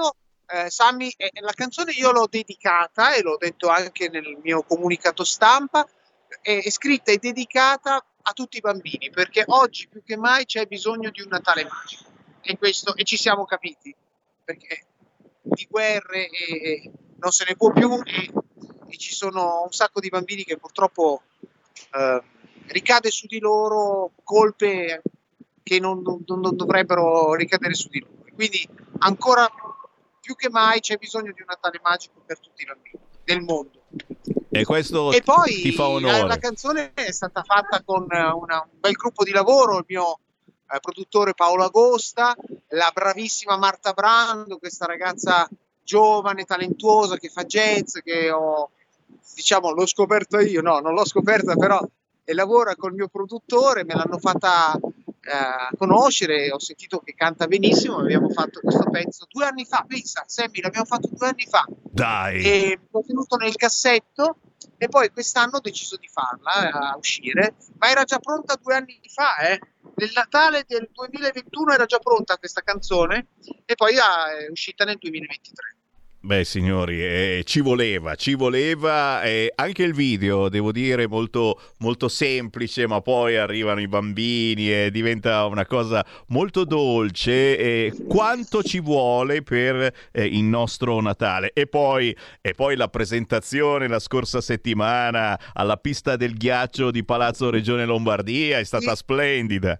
eh, Sammy, eh, la canzone io l'ho dedicata e l'ho detto anche nel mio comunicato stampa, è, è scritta e dedicata a tutti i bambini, perché oggi più che mai c'è bisogno di un Natale magico, e, questo, e ci siamo capiti, perché di guerre e, non se ne può più, e, e ci sono un sacco di bambini che purtroppo eh, ricade su di loro colpe che non, non, non dovrebbero ricadere su di loro. Quindi ancora più che mai c'è bisogno di un Natale magico per tutti i bambini del mondo. E questo e poi ti fa onore. La, la canzone è stata fatta con una, un bel gruppo di lavoro, il mio eh, produttore Paolo Agosta, la bravissima Marta Brando, questa ragazza giovane, talentuosa, che fa jazz, che ho, diciamo, l'ho scoperta io, no, non l'ho scoperta, però e lavora col mio produttore, me l'hanno fatta eh, conoscere, ho sentito che canta benissimo, abbiamo fatto questo pezzo due anni fa, pensa, Sammy, l'abbiamo fatto due anni fa. Dai! E l'ho tenuto nel cassetto e poi quest'anno ho deciso di farla eh, a uscire, ma era già pronta due anni fa, eh. Nel Natale del duemilaventuno era già pronta questa canzone e poi ah, è uscita nel duemilaventitré. Beh signori, eh, ci voleva, ci voleva, eh, anche il video devo dire molto, molto semplice, ma poi arrivano i bambini e diventa una cosa molto dolce, eh, quanto ci vuole per eh, il nostro Natale. E poi, e poi la presentazione la scorsa settimana alla pista del ghiaccio di Palazzo Regione Lombardia è stata sì. splendida.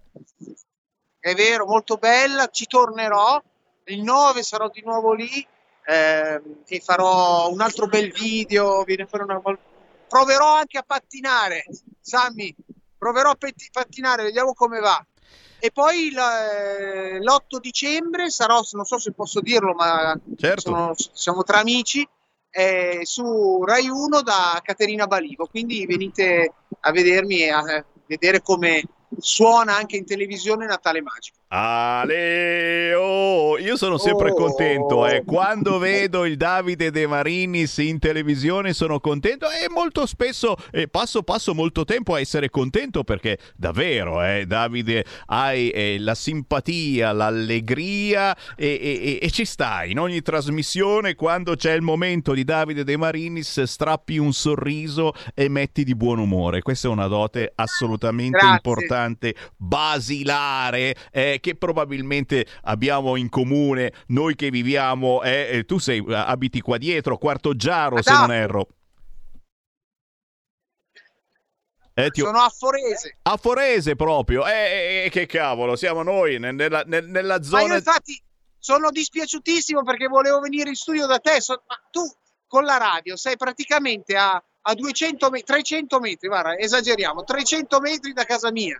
È vero, molto bella, ci tornerò, il nove sarò di nuovo lì. Eh, e farò un altro bel video, viene fuori una... proverò anche a pattinare, Sammy, proverò a petti- pattinare, vediamo come va. E poi la, l'otto dicembre sarò, non so se posso dirlo, ma certo. sono, siamo tra amici, eh, su Rai uno da Caterina Balivo, quindi venite a vedermi e a vedere come suona anche in televisione Natale Magico. Ale, oh, io sono sempre oh. contento, eh. Quando vedo il Davide De Marinis in televisione sono contento e molto spesso eh, passo passo molto tempo a essere contento perché davvero, eh, Davide, hai eh, la simpatia, l'allegria e, e, e ci stai in ogni trasmissione. Quando c'è il momento di Davide De Marinis strappi un sorriso e metti di buon umore. Questa è una dote assolutamente Grazie. importante, basilare, eh, che probabilmente abbiamo in comune noi che viviamo, eh, tu sei, abiti qua dietro, Quarto Giaro, se non erro. Eh, ti... Sono a Forese. A Forese proprio, eh, eh, che cavolo, siamo noi nella, nella, nella zona... Ma io infatti sono dispiaciutissimo perché volevo venire in studio da te, so... ma tu con la radio sei praticamente a, a duecento, trecento metri, guarda, esageriamo, trecento metri da casa mia.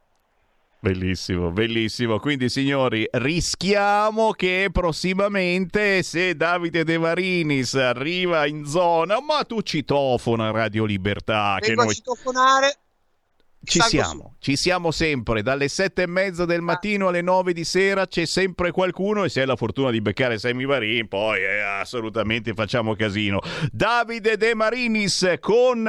Bellissimo, bellissimo. Quindi signori, rischiamo che prossimamente, se Davide De Marinis arriva in zona, ma tu citofona Radio Libertà, vengo che a noi citofonare. ci siamo, su. ci siamo sempre, dalle sette e mezza del mattino alle nove di sera c'è sempre qualcuno, e se hai la fortuna di beccare Sammy Varin poi eh, assolutamente facciamo casino. Davide De Marinis con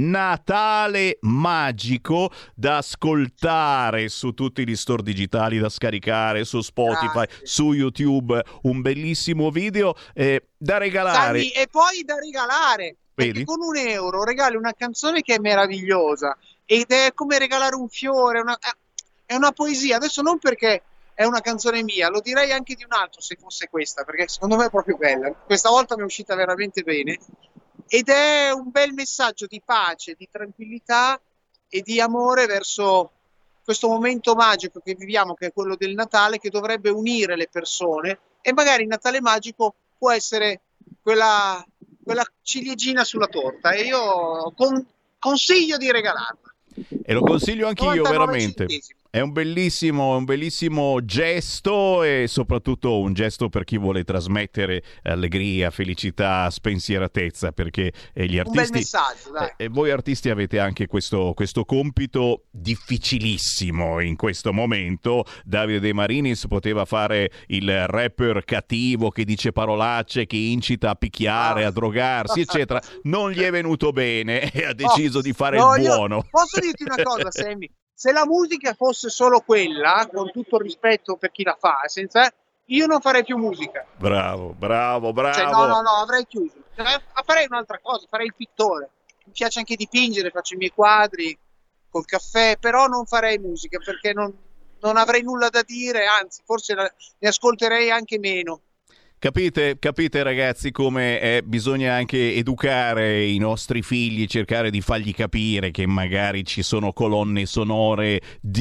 Natale Magico, da ascoltare su tutti gli store digitali, da scaricare su Spotify, Grazie. su YouTube, un bellissimo video eh, da regalare. Sammy, e poi da regalare, Vedi? perché con un euro regali una canzone che è meravigliosa. Ed è come regalare un fiore, una, è una poesia. Adesso non perché è una canzone mia, lo direi anche di un altro se fosse questa, perché secondo me è proprio bella. Questa volta mi è uscita veramente bene. Ed è un bel messaggio di pace, di tranquillità e di amore verso questo momento magico che viviamo, che è quello del Natale, che dovrebbe unire le persone. E magari il Natale magico può essere quella, quella ciliegina sulla torta. E io con, consiglio di regalarla. E lo consiglio anch'io, veramente. Centesimi. È un bellissimo, un bellissimo gesto, e soprattutto un gesto per chi vuole trasmettere allegria, felicità, spensieratezza, perché eh, gli artisti, un bel messaggio, dai. Eh, voi artisti avete anche questo, questo compito difficilissimo in questo momento. Davide De Marinis poteva fare il rapper cattivo che dice parolacce, che incita a picchiare, ah. a drogarsi, eccetera. Non gli è venuto bene e ha deciso oh, di fare no, il buono. Posso dirti una cosa, Sammy? Se la musica fosse solo quella, con tutto il rispetto per chi la fa, senza, io non farei più musica. Bravo, bravo, bravo. Cioè, no, no, no, avrei chiuso. Cioè, farei un'altra cosa, farei il pittore. Mi piace anche dipingere, faccio i miei quadri col caffè, però non farei musica perché non, non avrei nulla da dire, anzi, forse la, ne ascolterei anche meno. Capite, capite ragazzi come eh, bisogna anche educare i nostri figli, cercare di fargli capire che magari ci sono colonne sonore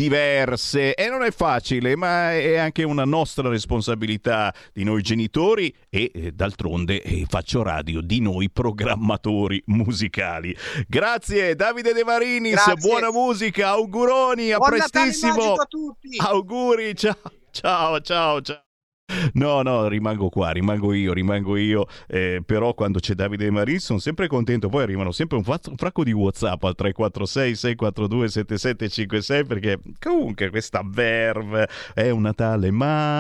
diverse e non è facile, ma è anche una nostra responsabilità di noi genitori e eh, d'altronde eh, faccio radio di noi programmatori musicali. Grazie Davide De Marinis, Grazie. Buona musica, auguroni, a Buon prestissimo. Natale magico a tutti. Auguri, ciao, ciao, ciao, ciao. No, no, rimango qua, rimango io, rimango io, eh, però quando c'è Davide De Marinis sono sempre contento, poi arrivano sempre un, fazzo, un fracco di WhatsApp al tre quattro sei sei quattro due sette sette cinque sei perché comunque questa verve è un Natale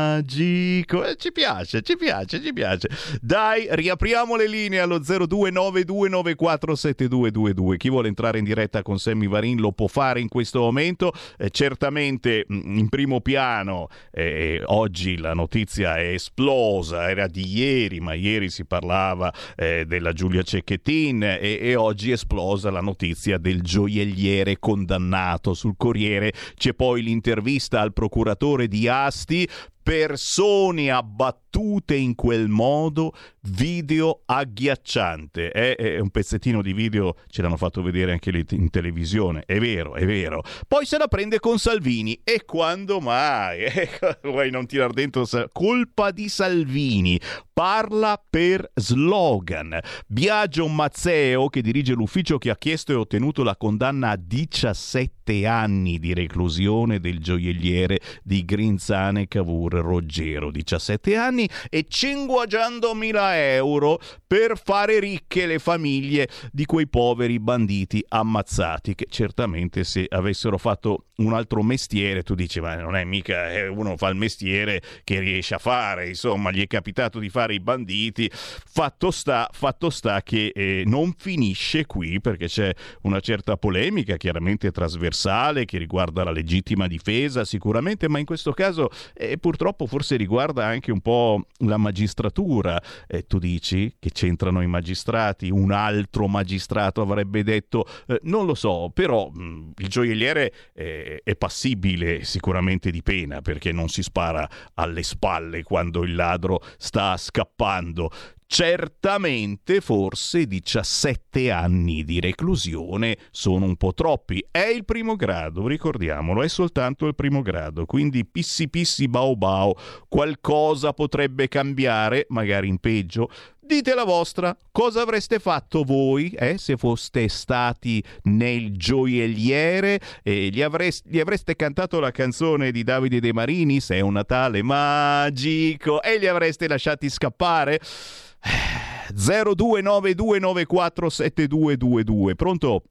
magico, eh, ci piace, ci piace, ci piace. Dai, riapriamo le linee allo zero due nove due nove quattro sette due due due, chi vuole entrare in diretta con Sammy Varin lo può fare in questo momento, eh, certamente in primo piano eh, oggi la notizia è esplosa, era di ieri, ma ieri si parlava eh, della Giulia Cecchettin e, e oggi è esplosa la notizia del gioielliere condannato. Sul Corriere c'è poi l'intervista al procuratore di Asti, persone abbattute in quel modo, video agghiacciante. È, è un pezzettino di video, ce l'hanno fatto vedere anche lì in televisione, è vero, è vero. Poi se la prende con Salvini, e quando mai? Vuoi non tirar dentro? Colpa di Salvini, parla per slogan. Biagio Mazzeo, che dirige l'ufficio che ha chiesto e ottenuto la condanna a diciassette anni di reclusione del gioielliere di Grinzane Cavour Roggero, diciassette anni e cinquecentomila euro per fare ricche le famiglie di quei poveri banditi ammazzati, che certamente se avessero fatto un altro mestiere, tu dici ma non è mica eh, uno fa il mestiere che riesce a fare, insomma gli è capitato di fare i banditi. Fatto sta, fatto sta che eh, non finisce qui, perché c'è una certa polemica chiaramente trasversale che riguarda la legittima difesa sicuramente, ma in questo caso eh, purtroppo forse riguarda anche un po' la magistratura. Eh, tu dici che c'entrano i magistrati? Un altro magistrato avrebbe detto eh, non lo so, però mh, il gioielliere eh, è passibile sicuramente di pena perché non si spara alle spalle quando il ladro sta scappando. Certamente forse diciassette anni di reclusione sono un po' troppi. È il primo grado, ricordiamolo, è soltanto il primo grado, quindi pissi pissi bao bao, qualcosa potrebbe cambiare, magari in peggio. Dite la vostra, cosa avreste fatto voi eh, se foste stati nel gioielliere? Eh, gli, avreste, gli avreste cantato la canzone di Davide De Marinis, È un Natale magico, e li avreste lasciati scappare? zero due nove due nove quattro sette due due due. Pronto?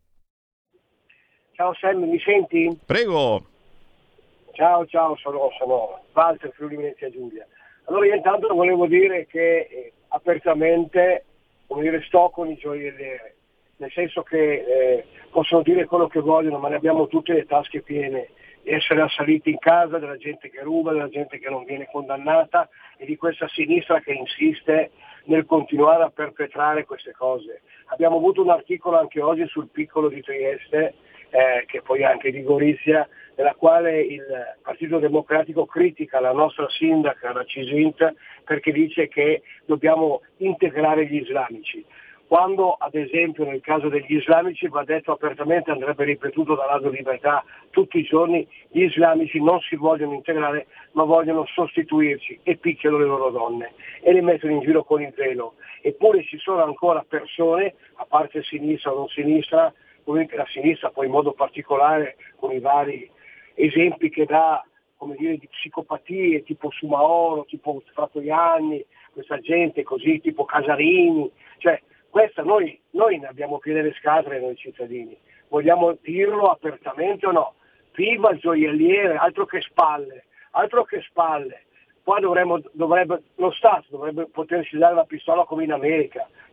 Ciao Sammy, mi senti? Prego. Ciao, ciao, sono, sono Walter Friuli Venezia Giulia. Allora io intanto volevo dire che eh, apertamente, come dire, sto con i gioiellieri, nel senso che eh, possono dire quello che vogliono, ma ne abbiamo tutte le tasche piene di essere assaliti in casa, della gente che ruba, della gente che non viene condannata e di questa sinistra che insiste nel continuare a perpetrare queste cose. Abbiamo avuto un articolo anche oggi sul piccolo di Trieste, eh, che poi anche di Gorizia, nella quale il Partito Democratico critica la nostra sindaca, la Cisint, perché dice che dobbiamo integrare gli islamici. Quando ad esempio nel caso degli islamici va detto apertamente, andrebbe ripetuto da Radio Libertà tutti i giorni, gli islamici non si vogliono integrare ma vogliono sostituirci e picchiano le loro donne e le mettono in giro con il velo. Eppure ci sono ancora persone, a parte sinistra o non sinistra, come la sinistra poi in modo particolare con i vari esempi che dà, come dire, di psicopatie tipo Sumaoro, tipo Fratoianni, questa gente così tipo Casarini, cioè questa noi, noi ne abbiamo piene le scatole noi cittadini, vogliamo dirlo apertamente o no? Viva il gioielliere, altro che spalle, altro che spalle. Qua dovremmo, dovrebbe, lo Stato dovrebbe potersi dare la pistola come in America,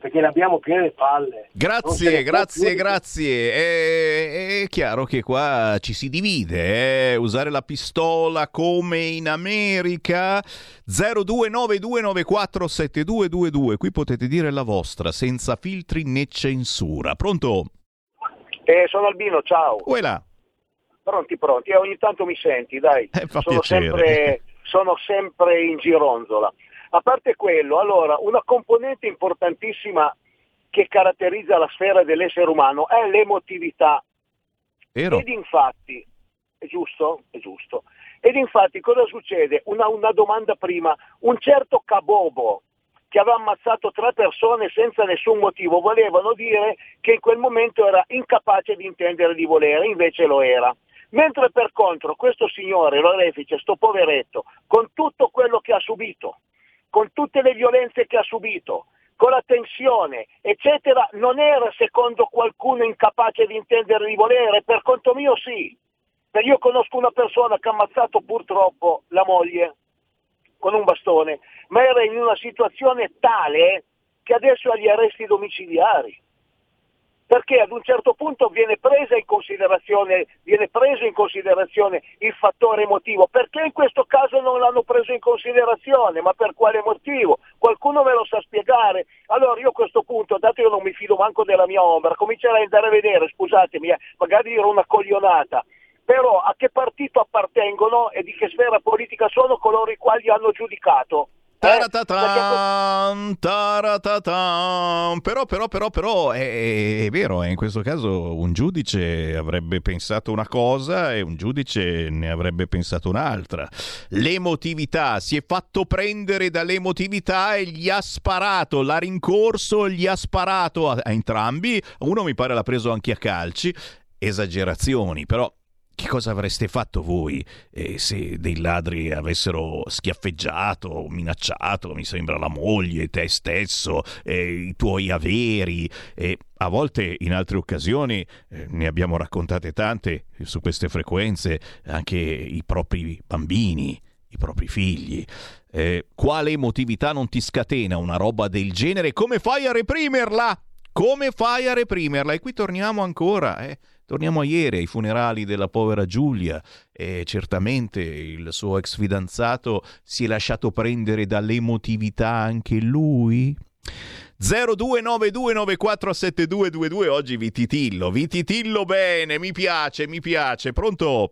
perché ne abbiamo piene le palle. Grazie, grazie, grazie. È, è chiaro che qua ci si divide, eh? Usare la pistola come in America. zero due nove due nove quattro sette due due due, qui potete dire la vostra senza filtri né censura. Pronto? Eh, sono Albino, ciao. Uela. Pronti, pronti. Eh, ogni tanto mi senti, dai. Eh, fa sono piacere. sempre, sono sempre in gironzola. A parte quello, allora, una componente importantissima che caratterizza la sfera dell'essere umano è l'emotività. Vero. Ed infatti, è giusto? È giusto. Ed infatti cosa succede? Una, una domanda prima, un certo Kabobo che aveva ammazzato tre persone senza nessun motivo, volevano dire che in quel momento era incapace di intendere di volere, invece lo era. Mentre per contro questo signore, l'orefice, sto poveretto, con tutto quello che ha subito, con tutte le violenze che ha subito, con la tensione, eccetera, non era secondo qualcuno incapace di intendere di volere, per conto mio sì. Perché io conosco una persona che ha ammazzato purtroppo la moglie con un bastone, ma era in una situazione tale che adesso ha gli arresti domiciliari. Perché ad un certo punto viene presa in considerazione, viene preso in considerazione il fattore emotivo. Perché in questo caso non l'hanno preso in considerazione? Ma per quale motivo? Qualcuno me lo sa spiegare? Allora io a questo punto, dato che io non mi fido manco della mia ombra, comincerei ad andare a vedere, scusatemi, eh, magari dirò una coglionata, però a che partito appartengono e di che sfera politica sono coloro i quali hanno giudicato? Taratatan, taratatan. Però, però, però, però è, è vero, eh, in questo caso un giudice avrebbe pensato una cosa e un giudice ne avrebbe pensato un'altra. L'emotività, si è fatto prendere dall'emotività e gli ha sparato, l'ha rincorso, gli ha sparato a, a entrambi. Uno mi pare l'ha preso anche a calci. Esagerazioni, però. Che cosa avreste fatto voi eh, se dei ladri avessero schiaffeggiato, minacciato, mi sembra, la moglie, te stesso, eh, i tuoi averi? E a volte, in altre occasioni, eh, ne abbiamo raccontate tante su queste frequenze, anche i propri bambini, i propri figli. Eh, quale emotività non ti scatena una roba del genere? Come fai a reprimerla? Come fai a reprimerla? E qui torniamo ancora, eh. Torniamo a ieri, ai funerali della povera Giulia, e certamente il suo ex fidanzato si è lasciato prendere dall'emotività anche lui. zero due nove due nove quattro sette due due due, oggi vi titillo, vi titillo bene, mi piace, mi piace. Pronto?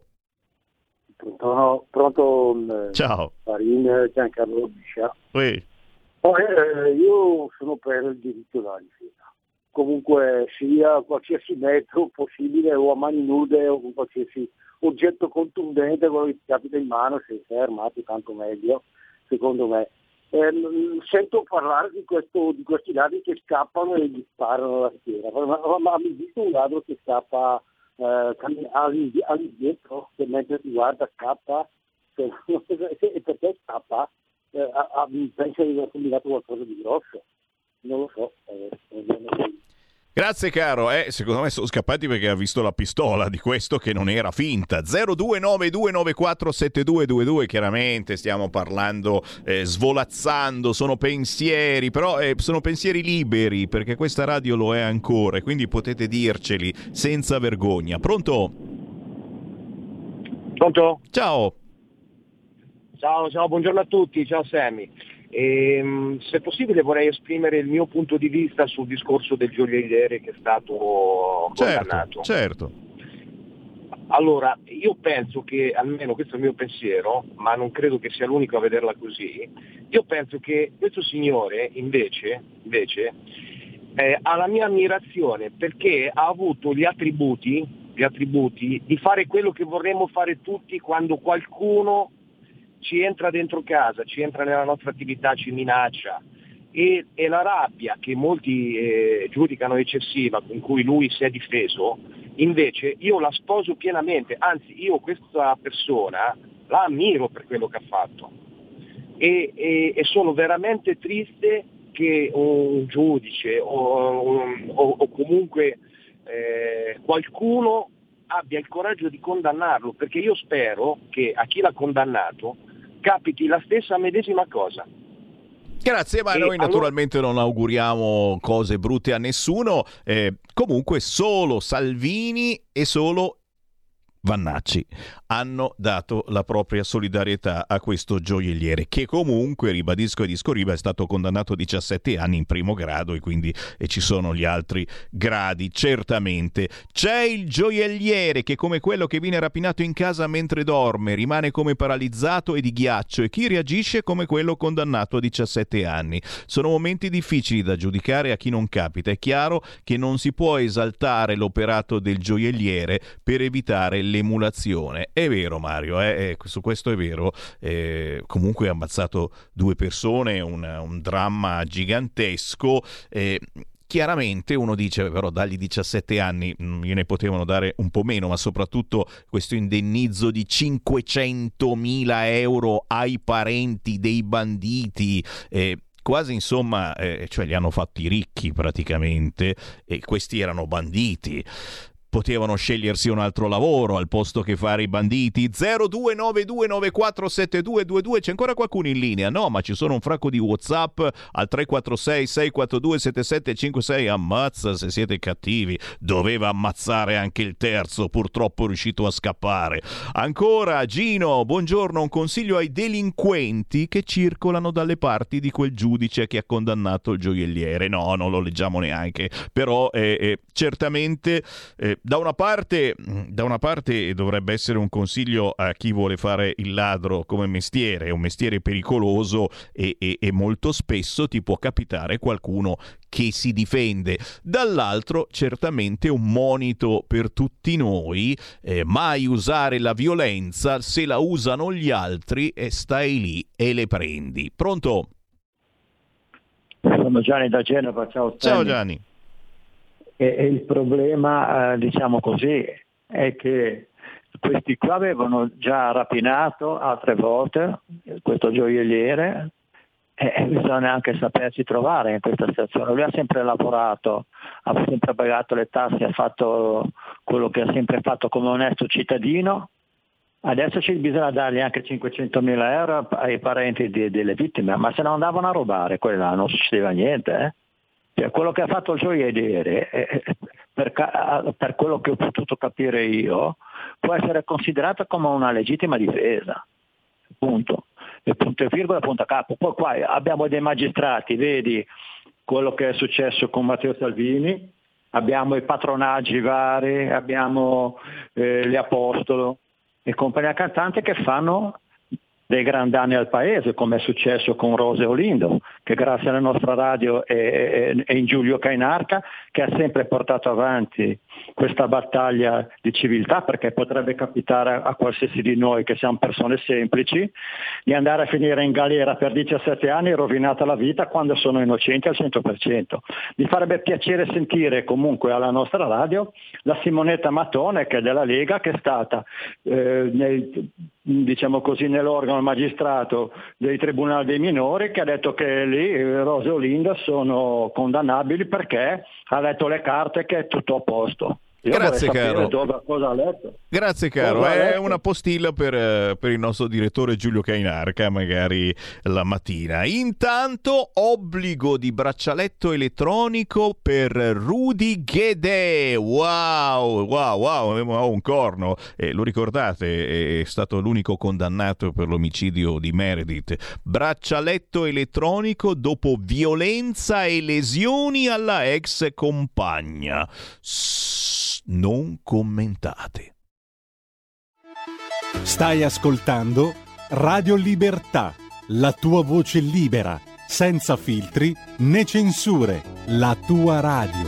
Pronto, no, pronto. Ciao. Farin, Giancarlo Biscia. Oui. Oh, eh, io sono per il diritto alla difesa. Comunque sia qualsiasi mezzo possibile, o a mani nude o con qualsiasi oggetto contundente, quello che ti capita in mano, se sei armato tanto meglio, secondo me. Eh, sento parlare di, questo, di questi ladri che scappano e gli sparano la schiena, ma, ma mi visto un ladro che scappa eh, all'indietro, che mentre ti guarda scappa, e perché scappa? Eh, pensa di aver combinato qualcosa di grosso. Non lo so. Eh, non lo so. Grazie caro, eh, secondo me sono scappati perché ha visto la pistola di questo che non era finta. zero due nove due nove quattro sette due due due, chiaramente stiamo parlando, eh, svolazzando, sono pensieri, però eh, sono pensieri liberi, perché questa radio lo è ancora, e quindi potete dirceli senza vergogna. Pronto? Pronto? Ciao. Ciao, ciao, buongiorno a tutti, ciao Sammy. E, se possibile vorrei esprimere il mio punto di vista sul discorso del gioielliere che è stato condannato. Certo, certo. Allora, io penso che, almeno questo è il mio pensiero, ma non credo che sia l'unico a vederla così, io penso che questo signore invece, invece eh, ha la mia ammirazione, perché ha avuto gli attributi, gli attributi di fare quello che vorremmo fare tutti quando qualcuno ci entra dentro casa, ci entra nella nostra attività, ci minaccia, e, e la rabbia che molti eh, giudicano eccessiva, con cui lui si è difeso, invece io la sposo pienamente, anzi io questa persona la ammiro per quello che ha fatto, e, e, e sono veramente triste che un giudice o, o, o comunque eh, qualcuno abbia il coraggio di condannarlo, perché io spero che a chi l'ha condannato capiti la stessa medesima cosa. Grazie, ma E noi allora- naturalmente non auguriamo cose brutte a nessuno. Eh, comunque solo Salvini e solo Vannacci hanno dato la propria solidarietà a questo gioielliere, che comunque, ribadisco e discorriva, è stato condannato a diciassette anni in primo grado, e quindi e ci sono gli altri gradi. Certamente c'è il gioielliere che, come quello che viene rapinato in casa mentre dorme, rimane come paralizzato e di ghiaccio, e chi reagisce come quello condannato a diciassette anni. Sono momenti difficili da giudicare a chi non capita. È chiaro che non si può esaltare l'operato del gioielliere per evitare l'emulazione. È vero, Mario, eh? Eh, su questo è vero. Eh, comunque ha ammazzato due persone, un, un dramma gigantesco. Eh, Chiaramente uno dice, però dagli diciassette anni mh, gliene potevano dare un po' meno, ma soprattutto questo indennizzo di cinquecentomila euro ai parenti dei banditi, eh, quasi insomma, eh, cioè li hanno fatti ricchi praticamente, e questi erano banditi. Potevano scegliersi un altro lavoro al posto che fare i banditi. Zero due nove due nove quattro sette due due due. C'è ancora qualcuno in linea? No, ma ci sono un fracco di WhatsApp al tre quattro sei sei quattro due sette sette cinque sei. Ammazza se siete cattivi. Doveva ammazzare anche il terzo, purtroppo è riuscito a scappare. Ancora Gino, buongiorno. Un consiglio ai delinquenti che circolano dalle parti di quel giudice che ha condannato il gioielliere. No, non lo leggiamo neanche, però eh, eh, certamente eh, Da una parte, da una parte dovrebbe essere un consiglio a chi vuole fare il ladro come mestiere. È un mestiere pericoloso e, e, e molto spesso ti può capitare qualcuno che si difende. Dall'altro certamente un monito per tutti noi, eh, mai usare la violenza. Se la usano gli altri e stai lì e le prendi. Pronto? Sono Gianni da Genova, ciao. Ciao Gianni. E, e il problema, eh, diciamo così, è che questi qua avevano già rapinato altre volte questo gioielliere, e, e bisogna anche sapersi trovare in questa situazione. Lui ha sempre lavorato, ha sempre pagato le tasse, ha fatto quello che ha sempre fatto come onesto cittadino. Adesso ci bisogna dargli anche cinquecentomila euro ai parenti di, delle vittime, ma se non andavano a rubare, quella non succedeva niente, eh? Cioè, quello che ha fatto il gioielliere, eh, per, per quello che ho potuto capire io, può essere considerato come una legittima difesa, punto. E punto e virgola, punto a capo. Poi qua abbiamo dei magistrati, vedi quello che è successo con Matteo Salvini, abbiamo i patronaggi vari, abbiamo eh, gli Apostolo e compagnia cantante che fanno dei gran danni al paese, come è successo con Rose Olindo, che grazie alla nostra radio e, e in Giulio Cainarca, che ha sempre portato avanti questa battaglia di civiltà, perché potrebbe capitare a qualsiasi di noi, che siamo persone semplici, di andare a finire in galera per diciassette anni e rovinata la vita quando sono innocenti al cento per cento. Mi farebbe piacere sentire comunque alla nostra radio la Simonetta Mattone, che è della Lega, che è stata eh, nel, diciamo così, nell'organo magistrato dei tribunali dei minori, che ha detto che lì Rose Olinda sono condannabili perché ha letto le carte, che è tutto a posto. Io Grazie caro. Dove, cosa ha letto. Grazie caro, Cosa ha è letto? una postilla per, per il nostro direttore Giulio Cainarca, magari la mattina. Intanto obbligo di braccialetto elettronico per Rudy Guedè. Wow, wow, wow, wow, un corno. Eh, lo ricordate, è stato l'unico condannato per l'omicidio di Meredith. Braccialetto elettronico dopo violenza e lesioni alla ex compagna. Non commentate. Stai ascoltando Radio Libertà, la tua voce libera, senza filtri né censure, la tua radio.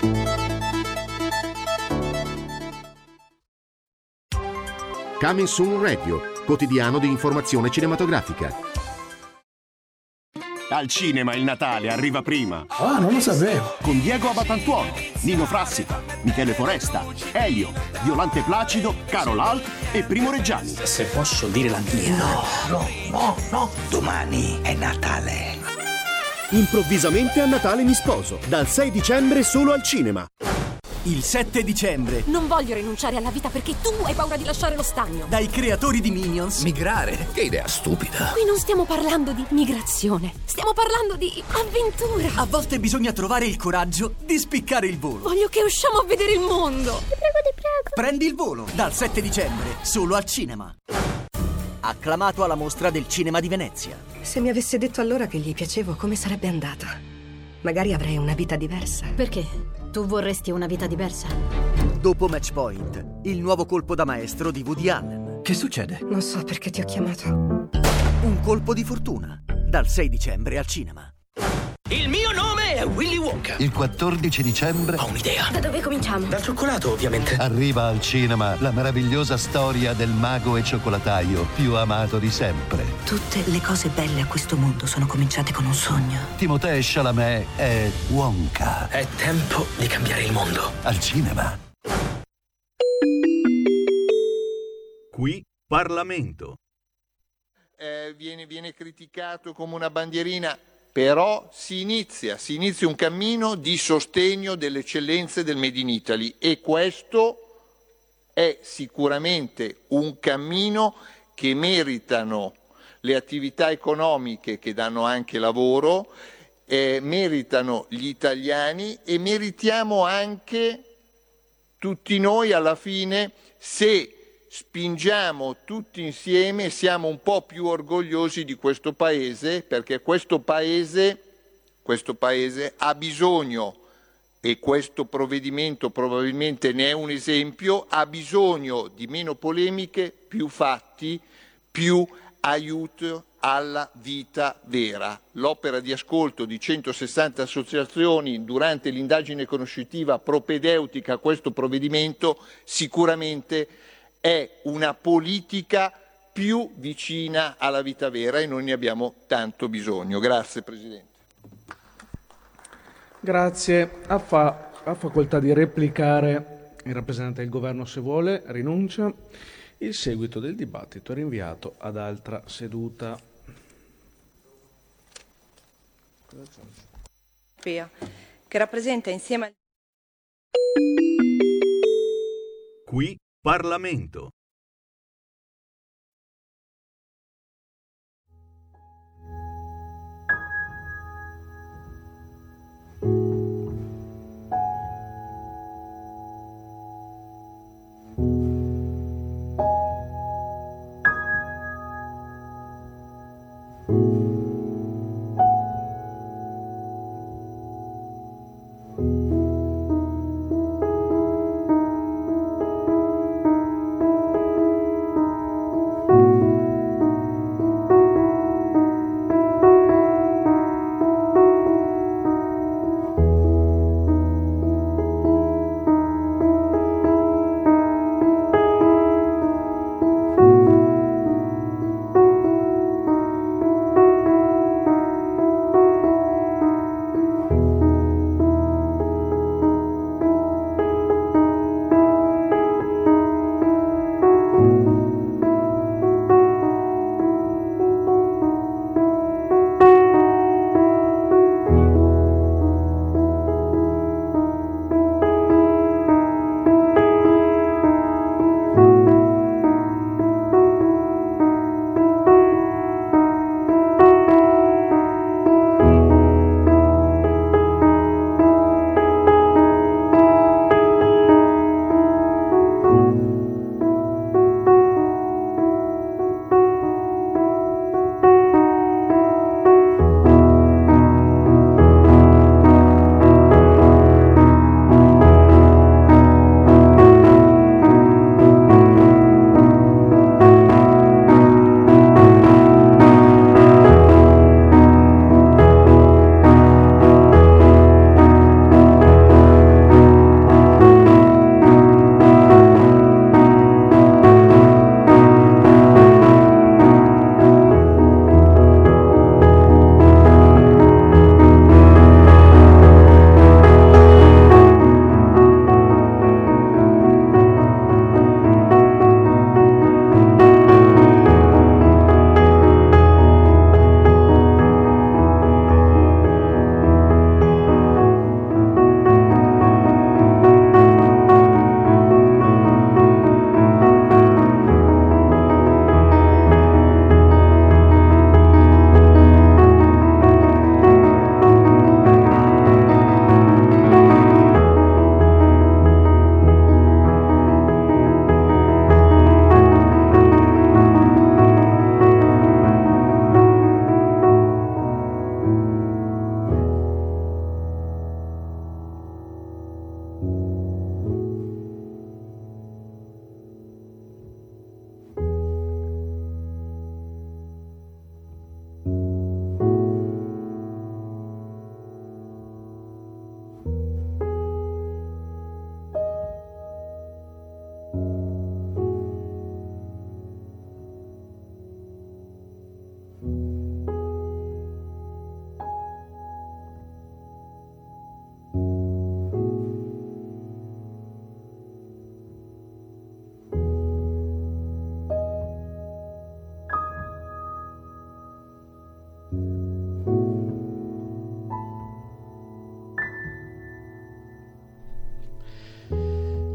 Coming Soon Radio, quotidiano di informazione cinematografica. Al cinema il Natale arriva prima. Ah, non lo sapevo. Con Diego Abatantuono, Nino Frassica, Michele Foresta, Elio, Violante Placido, Carol Alt e Primo Reggiani. Se posso dire la mia. No, no, no, no. Domani è Natale. Improvvisamente a Natale mi sposo. Dal sei dicembre solo al cinema. Il sette dicembre. Non voglio rinunciare alla vita perché tu hai paura di lasciare lo stagno. Dai creatori di Minions. Migrare? Che idea stupida. Qui non stiamo parlando di migrazione, stiamo parlando di avventura. A volte bisogna trovare il coraggio di spiccare il volo. Voglio che usciamo a vedere il mondo. Ti prego, ti prego. Prendi il volo dal sette dicembre, solo al cinema. Acclamato alla Mostra del Cinema di Venezia. Se mi avesse detto allora che gli piacevo, come sarebbe andata? Magari avrei una vita diversa. Perché? Tu vorresti una vita diversa? Dopo Match Point, il nuovo colpo da maestro di Woody Allen. Che succede? Non so perché ti ho chiamato. Un colpo di fortuna, dal sei dicembre al cinema. Il mio nome è Willy Wonka. Il quattordici dicembre Ho un'idea. Da dove cominciamo? Dal cioccolato, ovviamente. arriva al cinema la meravigliosa storia del mago e cioccolataio più amato di sempre. Tutte le cose belle a questo mondo sono cominciate con un sogno. Timothée Chalamet è Wonka. È tempo di cambiare il mondo. Al cinema. Qui Parlamento. Eh, viene, viene criticato come una bandierina. Però si inizia, si inizia un cammino di sostegno delle eccellenze del Made in Italy e questo è sicuramente un cammino che meritano le attività economiche che danno anche lavoro, eh, meritano gli italiani e meritiamo anche tutti noi alla fine se spingiamo tutti insieme e siamo un po' più orgogliosi di questo Paese, perché questo Paese, questo Paese ha bisogno, e questo provvedimento probabilmente ne è un esempio, ha bisogno di meno polemiche, più fatti, più aiuto alla vita vera. L'opera di ascolto di centosessanta associazioni durante l'indagine conoscitiva propedeutica a questo provvedimento sicuramente è una politica più vicina alla vita vera e noi ne abbiamo tanto bisogno. Grazie Presidente. Grazie. Ha, fa- ha facoltà di replicare il rappresentante del governo se vuole, rinuncia. Il seguito del dibattito è rinviato ad altra seduta. Che rappresenta insieme al... Qui Parlamento.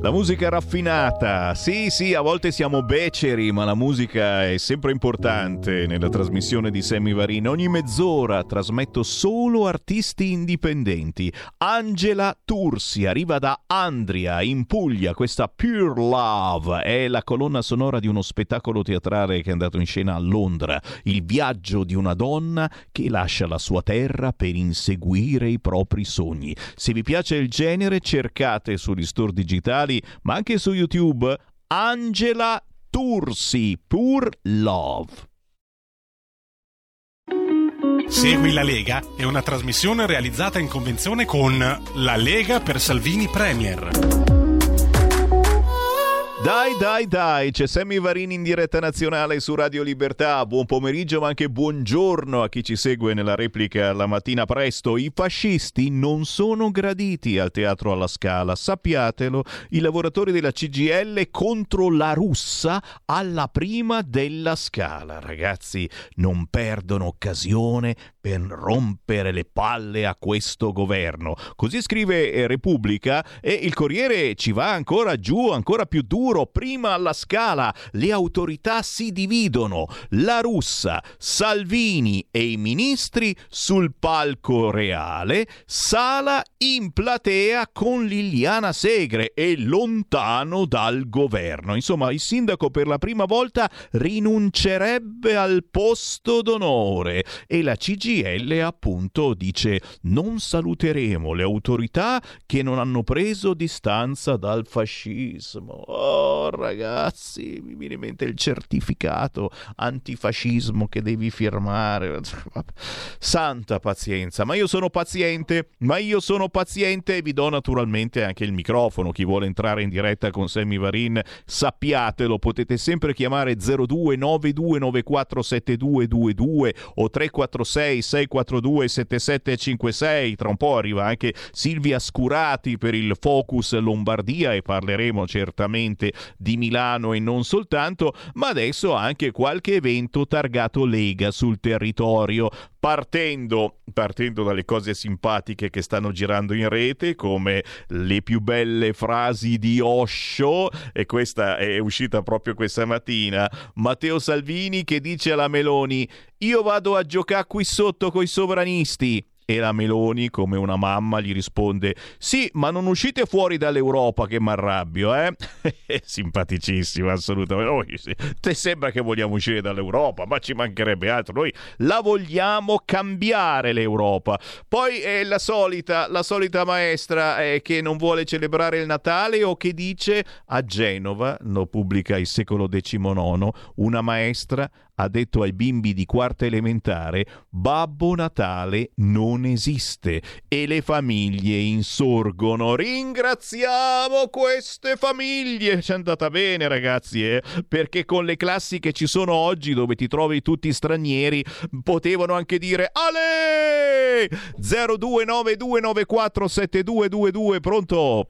La musica raffinata, sì sì, a volte siamo beceri, ma la musica è sempre importante nella trasmissione di Sammy Varin. Ogni mezz'ora trasmetto solo artisti indipendenti. Angela Tursi arriva da Andria, in Puglia. Questa Pure Love è la colonna sonora di uno spettacolo teatrale che è andato in scena a Londra. Il viaggio di una donna che lascia la sua terra per inseguire i propri sogni. Se vi piace il genere, cercate sugli store digitali ma anche su YouTube Angela Tursi, Pure Love. Segui la Lega è una trasmissione realizzata in convenzione con La Lega per Salvini Premier. Dai, dai, dai, c'è Sammy Varin in diretta nazionale su Radio Libertà. Buon pomeriggio, ma anche buongiorno a chi ci segue nella replica la mattina presto. I fascisti non sono graditi al Teatro alla Scala, sappiatelo. I lavoratori della C G I L contro la russa alla prima della Scala. Ragazzi, non perdono occasione per rompere le palle a questo governo. Così scrive Repubblica e il Corriere ci va ancora giù, ancora più duro. Prima alla Scala le autorità si dividono, la russa, Salvini e i ministri sul palco reale, Sala in platea con Liliana Segre e lontano dal governo. Insomma, il sindaco per la prima volta rinuncerebbe al posto d'onore e la C G I L appunto dice: non saluteremo le autorità che non hanno preso distanza dal fascismo. Oh, Oh, ragazzi, mi viene in mente il certificato antifascismo che devi firmare. Santa pazienza, ma io sono paziente, ma io sono paziente e vi do naturalmente anche il microfono. Chi vuole entrare in diretta con Sammy Varin, sappiatelo, potete sempre chiamare zero due nove due nove quattro sette due due due o tre quattro sei sei quattro due sette sette cinque sei. Tra un po' arriva anche Silvia Scurati per il Focus Lombardia e parleremo certamente di Milano e non soltanto, ma adesso anche qualche evento targato Lega sul territorio, partendo, partendo dalle cose simpatiche che stanno girando in rete, come le più belle frasi di Osho, e questa è uscita proprio questa mattina, Matteo Salvini che dice alla Meloni: io vado a giocare qui sotto coi sovranisti. E la Meloni, come una mamma, gli risponde: sì, ma non uscite fuori dall'Europa che m'arrabbio, eh? Simpaticissimo, assolutamente. Oh, te sembra che vogliamo uscire dall'Europa, ma ci mancherebbe altro. Noi la vogliamo cambiare l'Europa. Poi è la solita, la solita maestra eh, che non vuole celebrare il Natale o che dice: a Genova, lo pubblica il Secolo diciannove, una maestra ha detto ai bimbi di quarta elementare: Babbo Natale non esiste, e le famiglie insorgono. Ringraziamo queste famiglie. Ci è andata bene, ragazzi, eh? Perché con le classi che ci sono oggi, dove ti trovi tutti stranieri, potevano anche dire Ale! zero due nove due nove quattro sette due due due. Pronto?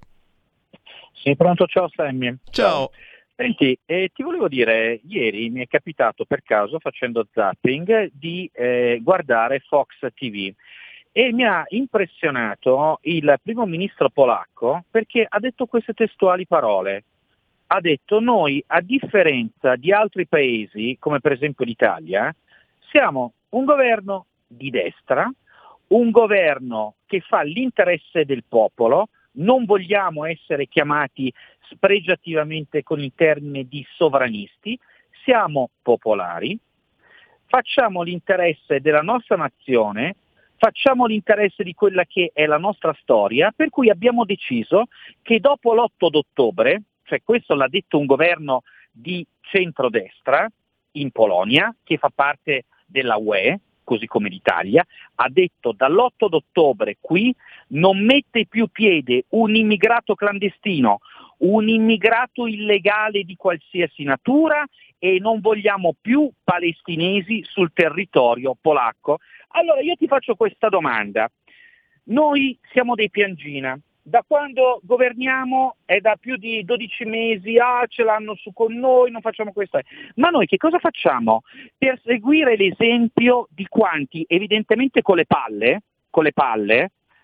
Sì, pronto, ciao Sammy. Ciao. Senti, eh, ti volevo dire, ieri mi è capitato per caso, facendo zapping, di eh, guardare Fox T V e mi ha impressionato il primo ministro polacco perché ha detto queste testuali parole. Ha detto: noi, a differenza di altri paesi, come per esempio l'Italia, siamo un governo di destra, un governo che fa l'interesse del popolo, non vogliamo essere chiamati spregiativamente con il termine di sovranisti, siamo popolari, facciamo l'interesse della nostra nazione, facciamo l'interesse di quella che è la nostra storia, per cui abbiamo deciso che dopo l'otto d'ottobre, cioè questo l'ha detto un governo di centrodestra in Polonia, che fa parte della U E, così come l'Italia, ha detto dall'otto d'ottobre qui non mette più piede un immigrato clandestino, un immigrato illegale di qualsiasi natura e non vogliamo più palestinesi sul territorio polacco. Allora io ti faccio questa domanda. Noi siamo dei piangina. Da quando governiamo è da più di dodici mesi, ah ce l'hanno su con noi, non facciamo questo. Ma noi che cosa facciamo? Per seguire l'esempio di quanti evidentemente con le palle, con le palle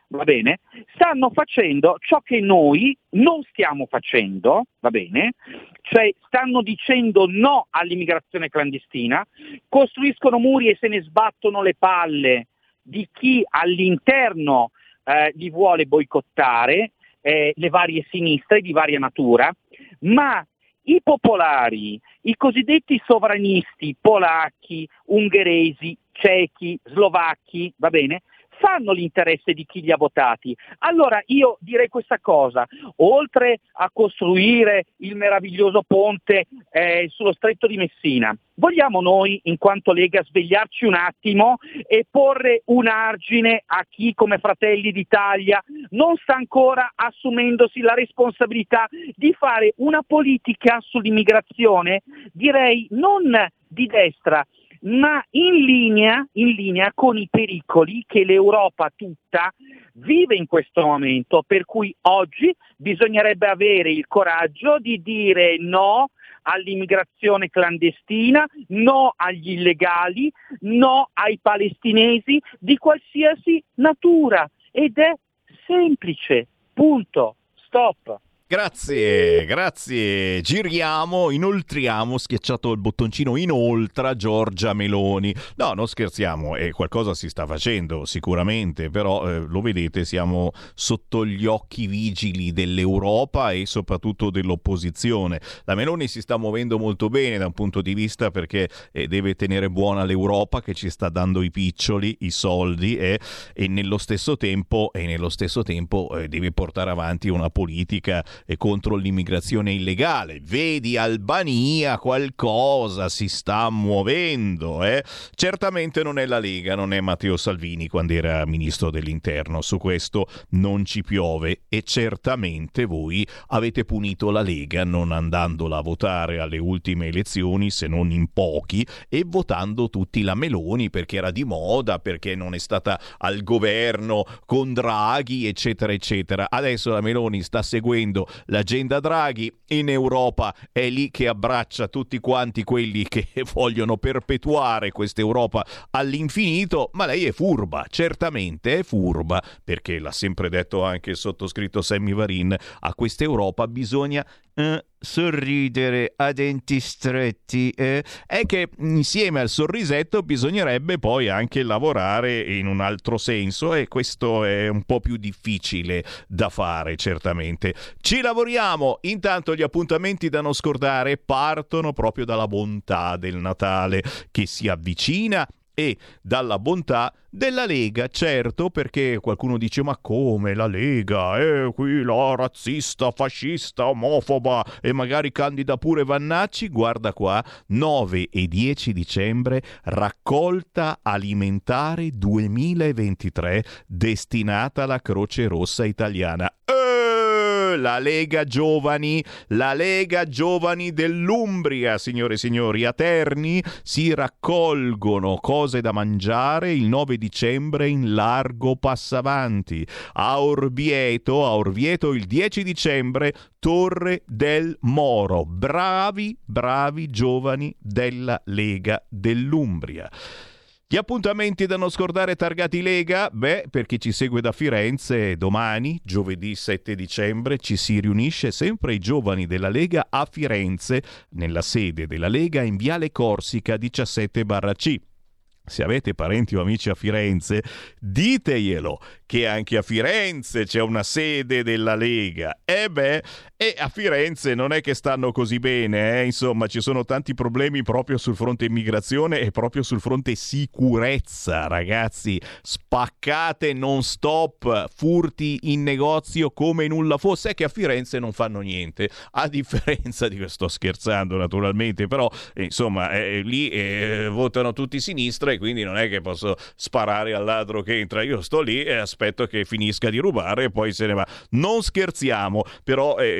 va bene, stanno facendo ciò che noi non stiamo facendo, va bene, cioè stanno dicendo no all'immigrazione clandestina, costruiscono muri e se ne sbattono le palle di chi all'interno eh, li vuole boicottare, eh, le varie sinistre di varia natura, ma i popolari, i cosiddetti sovranisti polacchi, ungheresi, cechi, slovacchi, va bene, fanno l'interesse di chi li ha votati. Allora io direi questa cosa: oltre a costruire il meraviglioso ponte eh, sullo stretto di Messina, vogliamo noi in quanto Lega svegliarci un attimo e porre un argine a chi come Fratelli d'Italia non sta ancora assumendosi la responsabilità di fare una politica sull'immigrazione, direi non di destra, ma in linea, in linea con i pericoli che l'Europa tutta vive in questo momento, per cui oggi bisognerebbe avere il coraggio di dire no all'immigrazione clandestina, no agli illegali, no ai palestinesi di qualsiasi natura, ed è semplice, punto, stop. Grazie, grazie. Giriamo, inoltriamo, schiacciato il bottoncino inoltra Giorgia Meloni. No, non scherziamo, eh, qualcosa si sta facendo sicuramente, però eh, lo vedete, siamo sotto gli occhi vigili dell'Europa e soprattutto dell'opposizione. La Meloni si sta muovendo molto bene da un punto di vista perché eh, deve tenere buona l'Europa che ci sta dando i piccioli, i soldi eh, e nello stesso tempo, e nello stesso tempo eh, deve portare avanti una politica e contro l'immigrazione illegale. Vedi Albania, qualcosa si sta muovendo, eh? Certamente non è la Lega, non è Matteo Salvini quando era ministro dell'interno, su questo non ci piove, e certamente voi avete punito la Lega non andandola a votare alle ultime elezioni, se non in pochi, e votando tutti la Meloni perché era di moda, perché non è stata al governo con Draghi, eccetera eccetera. Adesso la Meloni sta seguendo l'agenda Draghi, in Europa è lì che abbraccia tutti quanti quelli che vogliono perpetuare questa Europa all'infinito, ma lei è furba, certamente è furba, perché l'ha sempre detto anche il sottoscritto Sammy Varin, a questa Europa bisogna eh, sorridere a denti stretti, eh, è che insieme al sorrisetto bisognerebbe poi anche lavorare in un altro senso, e questo è un po' più difficile da fare, certamente. Ci lavoriamo. Intanto gli appuntamenti da non scordare partono proprio dalla bontà del Natale che si avvicina e dalla bontà della Lega, certo, perché qualcuno dice: ma come la Lega? Eh, qui la razzista, fascista, omofoba, e magari candida pure Vannacci. Guarda qua, nove e dieci dicembre, raccolta alimentare duemilaventitré destinata alla Croce Rossa Italiana. La Lega Giovani, la Lega Giovani dell'Umbria, signore e signori, a Terni si raccolgono cose da mangiare il nove dicembre in Largo Passavanti. A Orvieto, a Orvieto il dieci dicembre, Torre del Moro. Bravi, bravi giovani della Lega dell'Umbria. Gli appuntamenti da non scordare targati Lega? Beh, per chi ci segue da Firenze, domani, giovedì sette dicembre, ci si riunisce sempre i giovani della Lega a Firenze, nella sede della Lega in Viale Corsica diciassette C. Se avete parenti o amici a Firenze, diteglielo che anche a Firenze c'è una sede della Lega. E beh, e a Firenze non è che stanno così bene, eh? Insomma, ci sono tanti problemi proprio sul fronte immigrazione e proprio sul fronte sicurezza, ragazzi. Spaccate non stop, furti in negozio come nulla fosse. È che a Firenze non fanno niente, a differenza di... sto scherzando naturalmente, però eh, insomma, eh, lì eh, votano tutti sinistra, quindi non è che posso sparare al ladro che entra. Io sto lì e aspetto che finisca di rubare e poi se ne va. Non scherziamo, però eh,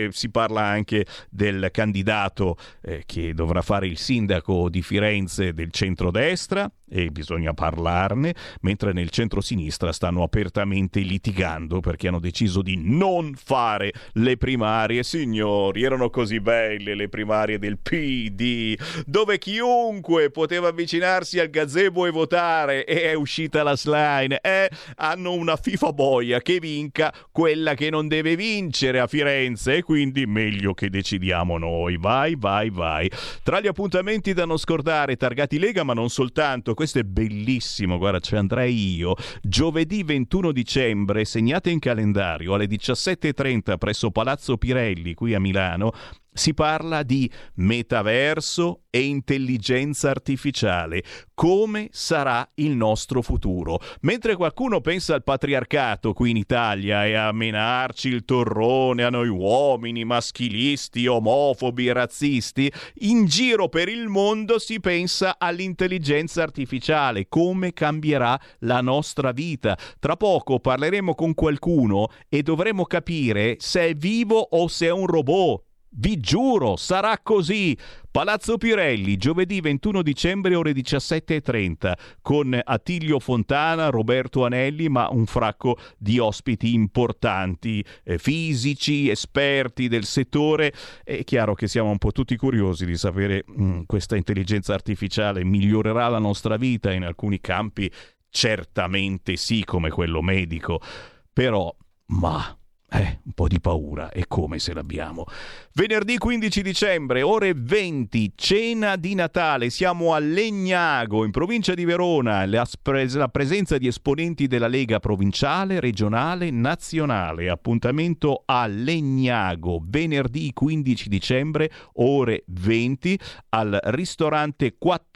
eh, si parla anche del candidato eh, che dovrà fare il sindaco di Firenze del centrodestra, e bisogna parlarne, mentre nel centro-sinistra stanno apertamente litigando perché hanno deciso di non fare le primarie. Signori, erano così belle le primarie del P D, dove chiunque poteva avvicinarsi al gazebo e votare, e è uscita la slide. Eh, hanno una FIFA boia, che vinca quella che non deve vincere a Firenze, e quindi meglio che decidiamo noi. Vai, vai, vai. Tra gli appuntamenti da non scordare, targati Lega, ma non soltanto. Questo è bellissimo, guarda, ci andrei io. Giovedì ventuno dicembre, segnate in calendario, alle diciassette e trenta presso Palazzo Pirelli, qui a Milano, si parla di metaverso e intelligenza artificiale. Come sarà il nostro futuro? Mentre qualcuno pensa al patriarcato qui in Italia e a menarci il torrone a noi uomini, maschilisti, omofobi e razzisti, in giro per il mondo si pensa all'intelligenza artificiale, come cambierà la nostra vita. Tra poco parleremo con qualcuno e dovremo capire se è vivo o se è un robot. Vi giuro, sarà così. Palazzo Pirelli, giovedì ventuno dicembre, ore diciassette e trenta, con Attilio Fontana, Roberto Anelli, ma un fracco di ospiti importanti, eh, fisici, esperti del settore. È chiaro che siamo un po' tutti curiosi di sapere mh, questa intelligenza artificiale migliorerà la nostra vita in alcuni campi. Certamente sì, come quello medico. Però, ma... Eh, un po' di paura, e come se l'abbiamo. Venerdì quindici dicembre, ore venti, cena di Natale. Siamo a Legnago, in provincia di Verona. La, pres- la presenza di esponenti della Lega provinciale, regionale, nazionale. Appuntamento a Legnago, venerdì quindici dicembre, ore venti, al ristorante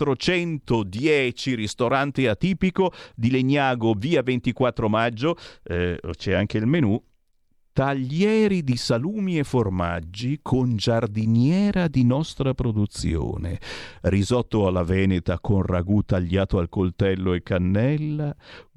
quattrocentodieci, ristorante atipico di Legnago, via ventiquattro maggio. Eh, c'è anche il menù. Taglieri di salumi e formaggi con giardiniera di nostra produzione, risotto alla veneta con ragù tagliato al coltello e cannella,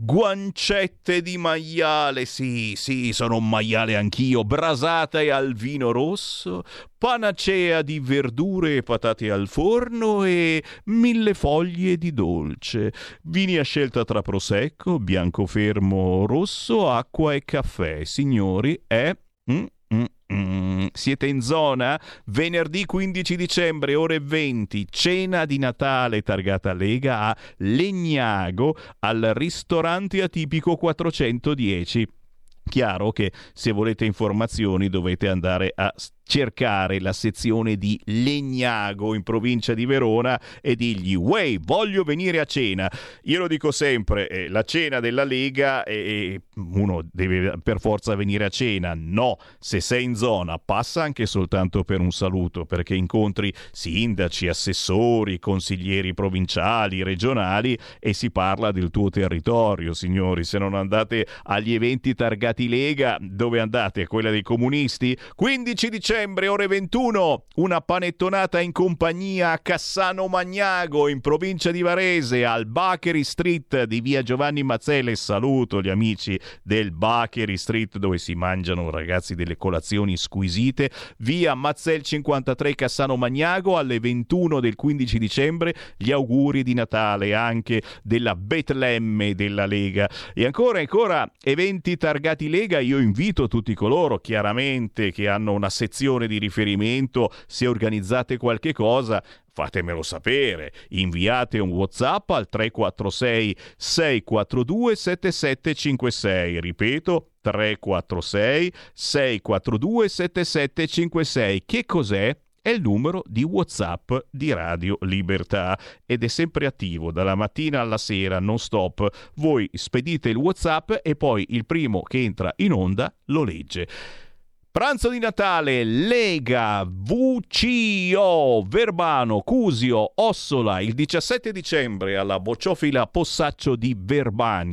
guancette di maiale, sì, sì, sono un maiale anch'io, brasate al vino rosso, panacea di verdure e patate al forno e mille foglie di dolce, vini a scelta tra prosecco, bianco fermo rosso, acqua e caffè. Signori, è... Mm, mm, mm. Siete in zona? Venerdì quindici dicembre, ore venti, cena di Natale targata Lega a Legnago, al ristorante atipico quattrocentodieci. Chiaro che se volete informazioni dovete andare a cercare la sezione di Legnago in provincia di Verona e digli: "Uè, voglio venire a cena". Io lo dico sempre, eh, la cena della Lega, eh, uno deve per forza venire a cena. No, se sei in zona passa anche soltanto per un saluto, perché incontri sindaci, assessori, consiglieri provinciali, regionali, e si parla del tuo territorio. Signori, se non andate agli eventi targati Lega, dove andate? Quella dei comunisti? quindici dicembre, ore ventuno, una panettonata in compagnia a Cassano Magnago, in provincia di Varese, al Bakery Street di via Giovanni Mazzelle. Saluto gli amici del Bakery Street, dove si mangiano, ragazzi, delle colazioni squisite. Via Mazzel cinquantatré, Cassano Magnago, alle ventuno del quindici dicembre. Gli auguri di Natale anche della Betlemme della Lega. E ancora ancora eventi targati Lega. Io invito tutti coloro, chiaramente, che hanno una sezione di riferimento, se organizzate qualche cosa, fatemelo sapere, inviate un WhatsApp al tre quattro sei sei quattro due sette sette cinque sei, ripeto tre quattro sei sei quattro due sette sette cinque sei. Che cos'è? È il numero di WhatsApp di Radio Libertà ed è sempre attivo dalla mattina alla sera, non stop. Voi spedite il WhatsApp e poi il primo che entra in onda lo legge. Pranzo di Natale, Lega, V C O, Verbano, Cusio, Ossola, il diciassette dicembre alla Bocciofila Possaccio di Verbania.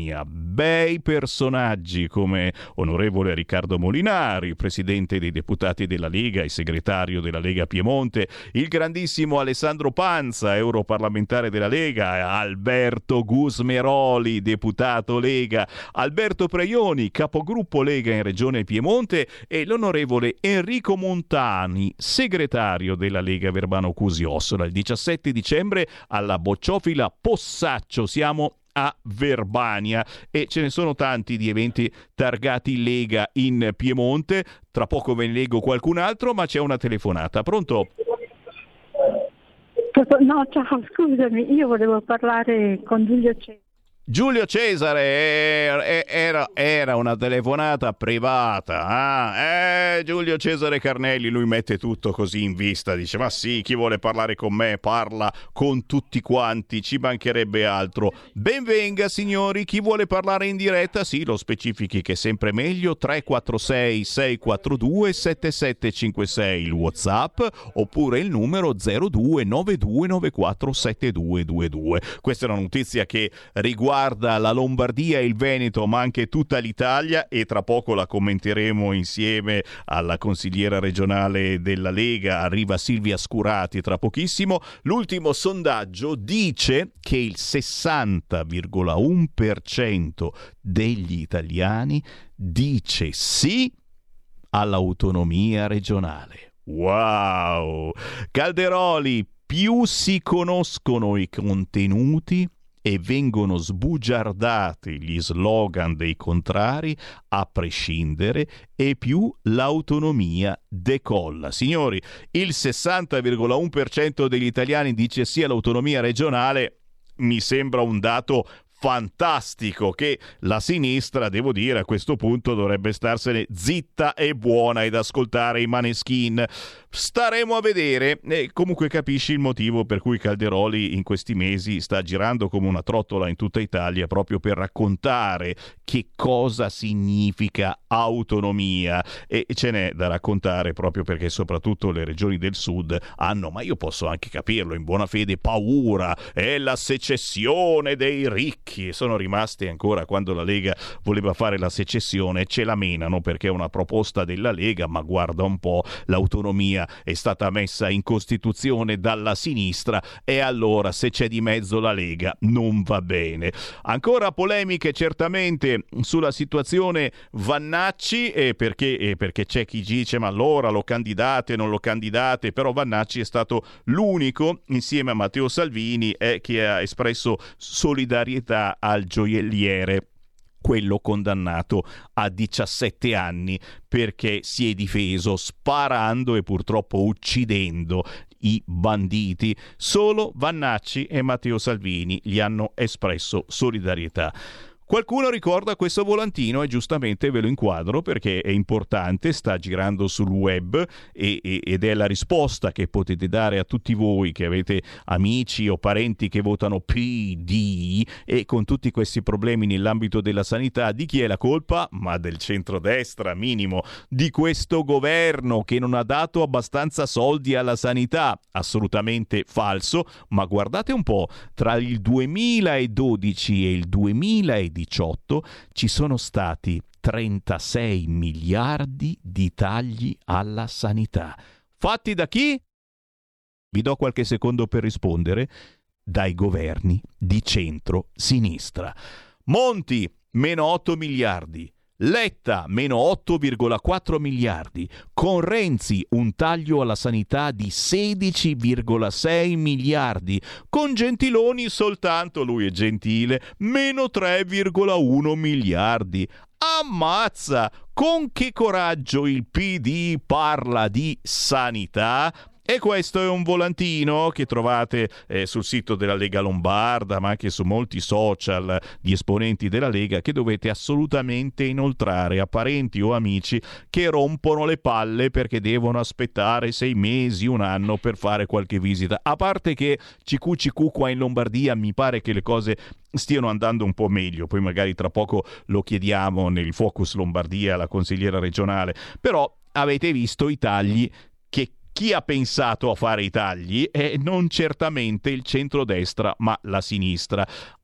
bei personaggi come onorevole Riccardo Molinari, presidente dei deputati della Lega e segretario della Lega Piemonte, il grandissimo Alessandro Panza, europarlamentare della Lega, Alberto Gusmeroli, deputato Lega, Alberto Preioni, capogruppo Lega in Regione Piemonte, e l'onorevole Enrico Montani, segretario della Lega Verbano Cusio-Ossola. Il diciassette dicembre alla Bocciofila Possaccio, siamo a Verbania, e ce ne sono tanti di eventi targati Lega in Piemonte. Tra poco ve ne leggo qualcun altro, ma c'è una telefonata. Pronto? No, ciao, scusami, io volevo parlare con Giulio Cesare. Giulio Cesare, era, era una telefonata privata. Ah, eh, Giulio Cesare Carnelli, lui mette tutto così in vista, dice: ma sì, chi vuole parlare con me parla con tutti quanti, ci mancherebbe altro. Benvenga signori, chi vuole parlare in diretta, sì, lo specifichi che è sempre meglio, tre quattro sei sei quattro due sette sette cinque sei il WhatsApp, oppure il numero zero due nove due nove quattro sette due due due. Questa è una notizia che riguarda la Lombardia e il Veneto, ma anche tutta l'Italia, e tra poco la commenteremo insieme alla consigliera regionale della Lega. Arriva Silvia Scurati tra pochissimo. L'ultimo sondaggio dice che il sessanta virgola uno per cento degli italiani dice sì all'autonomia regionale. Wow! Calderoli: più si conoscono i contenuti e vengono sbugiardati gli slogan dei contrari, a prescindere, e più l'autonomia decolla. Signori, il sessanta virgola uno per cento degli italiani dice sì all'autonomia regionale. Mi sembra un dato fantastico, che la sinistra, devo dire, a questo punto dovrebbe starsene zitta e buona ed ascoltare i Maneskin. Staremo a vedere. E comunque capisci il motivo per cui Calderoli in questi mesi sta girando come una trottola in tutta Italia, proprio per raccontare che cosa significa autonomia, e ce n'è da raccontare, proprio perché soprattutto le regioni del sud hanno, ma io posso anche capirlo in buona fede, paura, è la secessione dei ricchi, e sono rimasti ancora quando la Lega voleva fare la secessione, ce la menano perché è una proposta della Lega, ma guarda un po', l'autonomia è stata messa in Costituzione dalla sinistra, e allora se c'è di mezzo la Lega non va bene. Ancora polemiche certamente sulla situazione Vannacci, e perché, e perché c'è chi dice ma allora lo candidate, non lo candidate, però Vannacci è stato l'unico insieme a Matteo Salvini eh, che ha espresso solidarietà al gioielliere, quello condannato a diciassette anni perché si è difeso sparando e purtroppo uccidendo i banditi. Solo Vannacci e Matteo Salvini gli hanno espresso solidarietà. Qualcuno ricorda questo volantino, e giustamente ve lo inquadro perché è importante, sta girando sul web e, e, ed è la risposta che potete dare a tutti voi che avete amici o parenti che votano P D, e con tutti questi problemi nell'ambito della sanità, di chi è la colpa? Ma del centrodestra, minimo, di questo governo che non ha dato abbastanza soldi alla sanità. Assolutamente falso, ma guardate un po', tra il duemiladodici e il duemiladiciotto ci sono stati trentasei miliardi di tagli alla sanità. Fatti da chi? Vi do qualche secondo per rispondere. Dai governi di centro-sinistra. Monti, meno otto miliardi. Letta, meno otto virgola quattro miliardi. Con Renzi un taglio alla sanità di sedici virgola sei miliardi. Con Gentiloni soltanto, lui è gentile, meno tre virgola uno miliardi. Ammazza! Con che coraggio il P D parla di sanità? E questo è un volantino che trovate eh, sul sito della Lega Lombarda, ma anche su molti social di esponenti della Lega, che dovete assolutamente inoltrare a parenti o amici che rompono le palle perché devono aspettare sei mesi, un anno per fare qualche visita. A parte che C Q C Q qua in Lombardia mi pare che le cose stiano andando un po' meglio, poi magari tra poco lo chiediamo nel Focus Lombardia alla consigliera regionale, però avete visto i tagli che chi ha pensato a fare i tagli è non certamente il centrodestra ma la sinistra.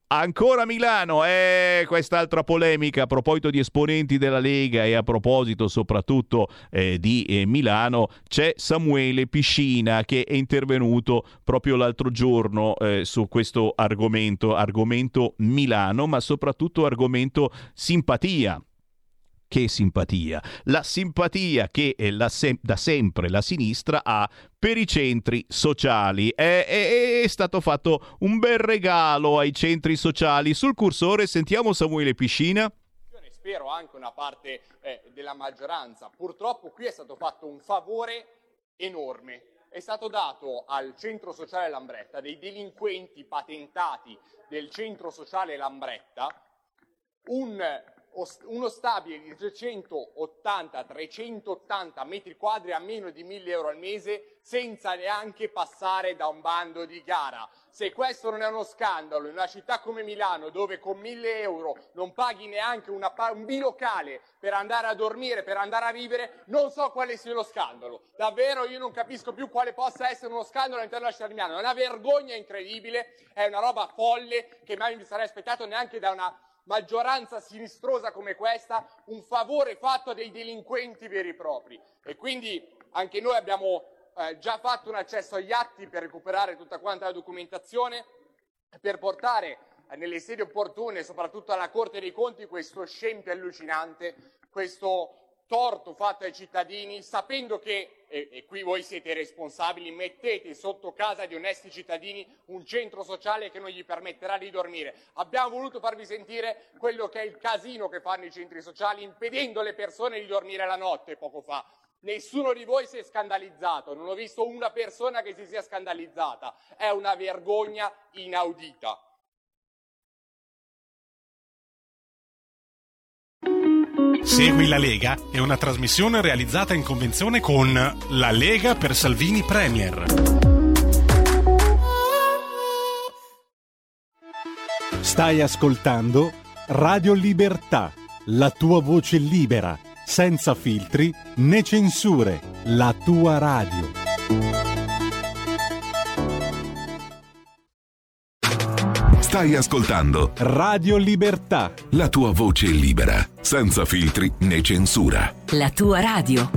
Ancora Milano, eh, quest'altra polemica a proposito di esponenti della Lega e a proposito soprattutto eh, di eh, Milano. C'è Samuele Piscina che è intervenuto proprio l'altro giorno eh, su questo argomento, argomento Milano, ma soprattutto argomento simpatia. Che simpatia, la simpatia che eh, la sem- da sempre la sinistra ha per i centri sociali. È, è, è stato fatto un bel regalo ai centri sociali. Sul cursore sentiamo Samuele Piscina. Spero anche una parte eh, della maggioranza. Purtroppo qui è stato fatto un favore enorme. È stato dato al centro sociale Lambretta, dei delinquenti patentati del centro sociale Lambretta, un uno stabile di trecentottanta trecentottanta metri quadri a meno di mille euro al mese senza neanche passare da un bando di gara. Se questo non è uno scandalo in una città come Milano, dove con mille euro non paghi neanche una, un bilocale per andare a dormire, per andare a vivere, non so quale sia lo scandalo. Davvero io non capisco più quale possa essere uno scandalo all'interno della città di Milano. È una vergogna incredibile, è una roba folle che mai mi sarei aspettato neanche da una maggioranza sinistrosa come questa, un favore fatto a dei delinquenti veri e propri. E quindi anche noi abbiamo eh, già fatto un accesso agli atti per recuperare tutta quanta la documentazione, per portare eh, nelle sedi opportune, soprattutto alla Corte dei Conti, questo scempio allucinante, questo torto fatto ai cittadini, sapendo che, e, e qui voi siete responsabili, mettete sotto casa di onesti cittadini un centro sociale che non gli permetterà di dormire. Abbiamo voluto farvi sentire quello che è il casino che fanno i centri sociali, impedendo alle persone di dormire la notte poco fa. Nessuno di voi si è scandalizzato, non ho visto una persona che si sia scandalizzata. È una vergogna inaudita. Segui la Lega è una trasmissione realizzata in convenzione con La Lega per Salvini Premier. Stai ascoltando Radio Libertà, la tua voce libera, senza filtri né censure, la tua radio. Stai ascoltando Radio Libertà, la tua voce libera, senza filtri né censura. La tua radio.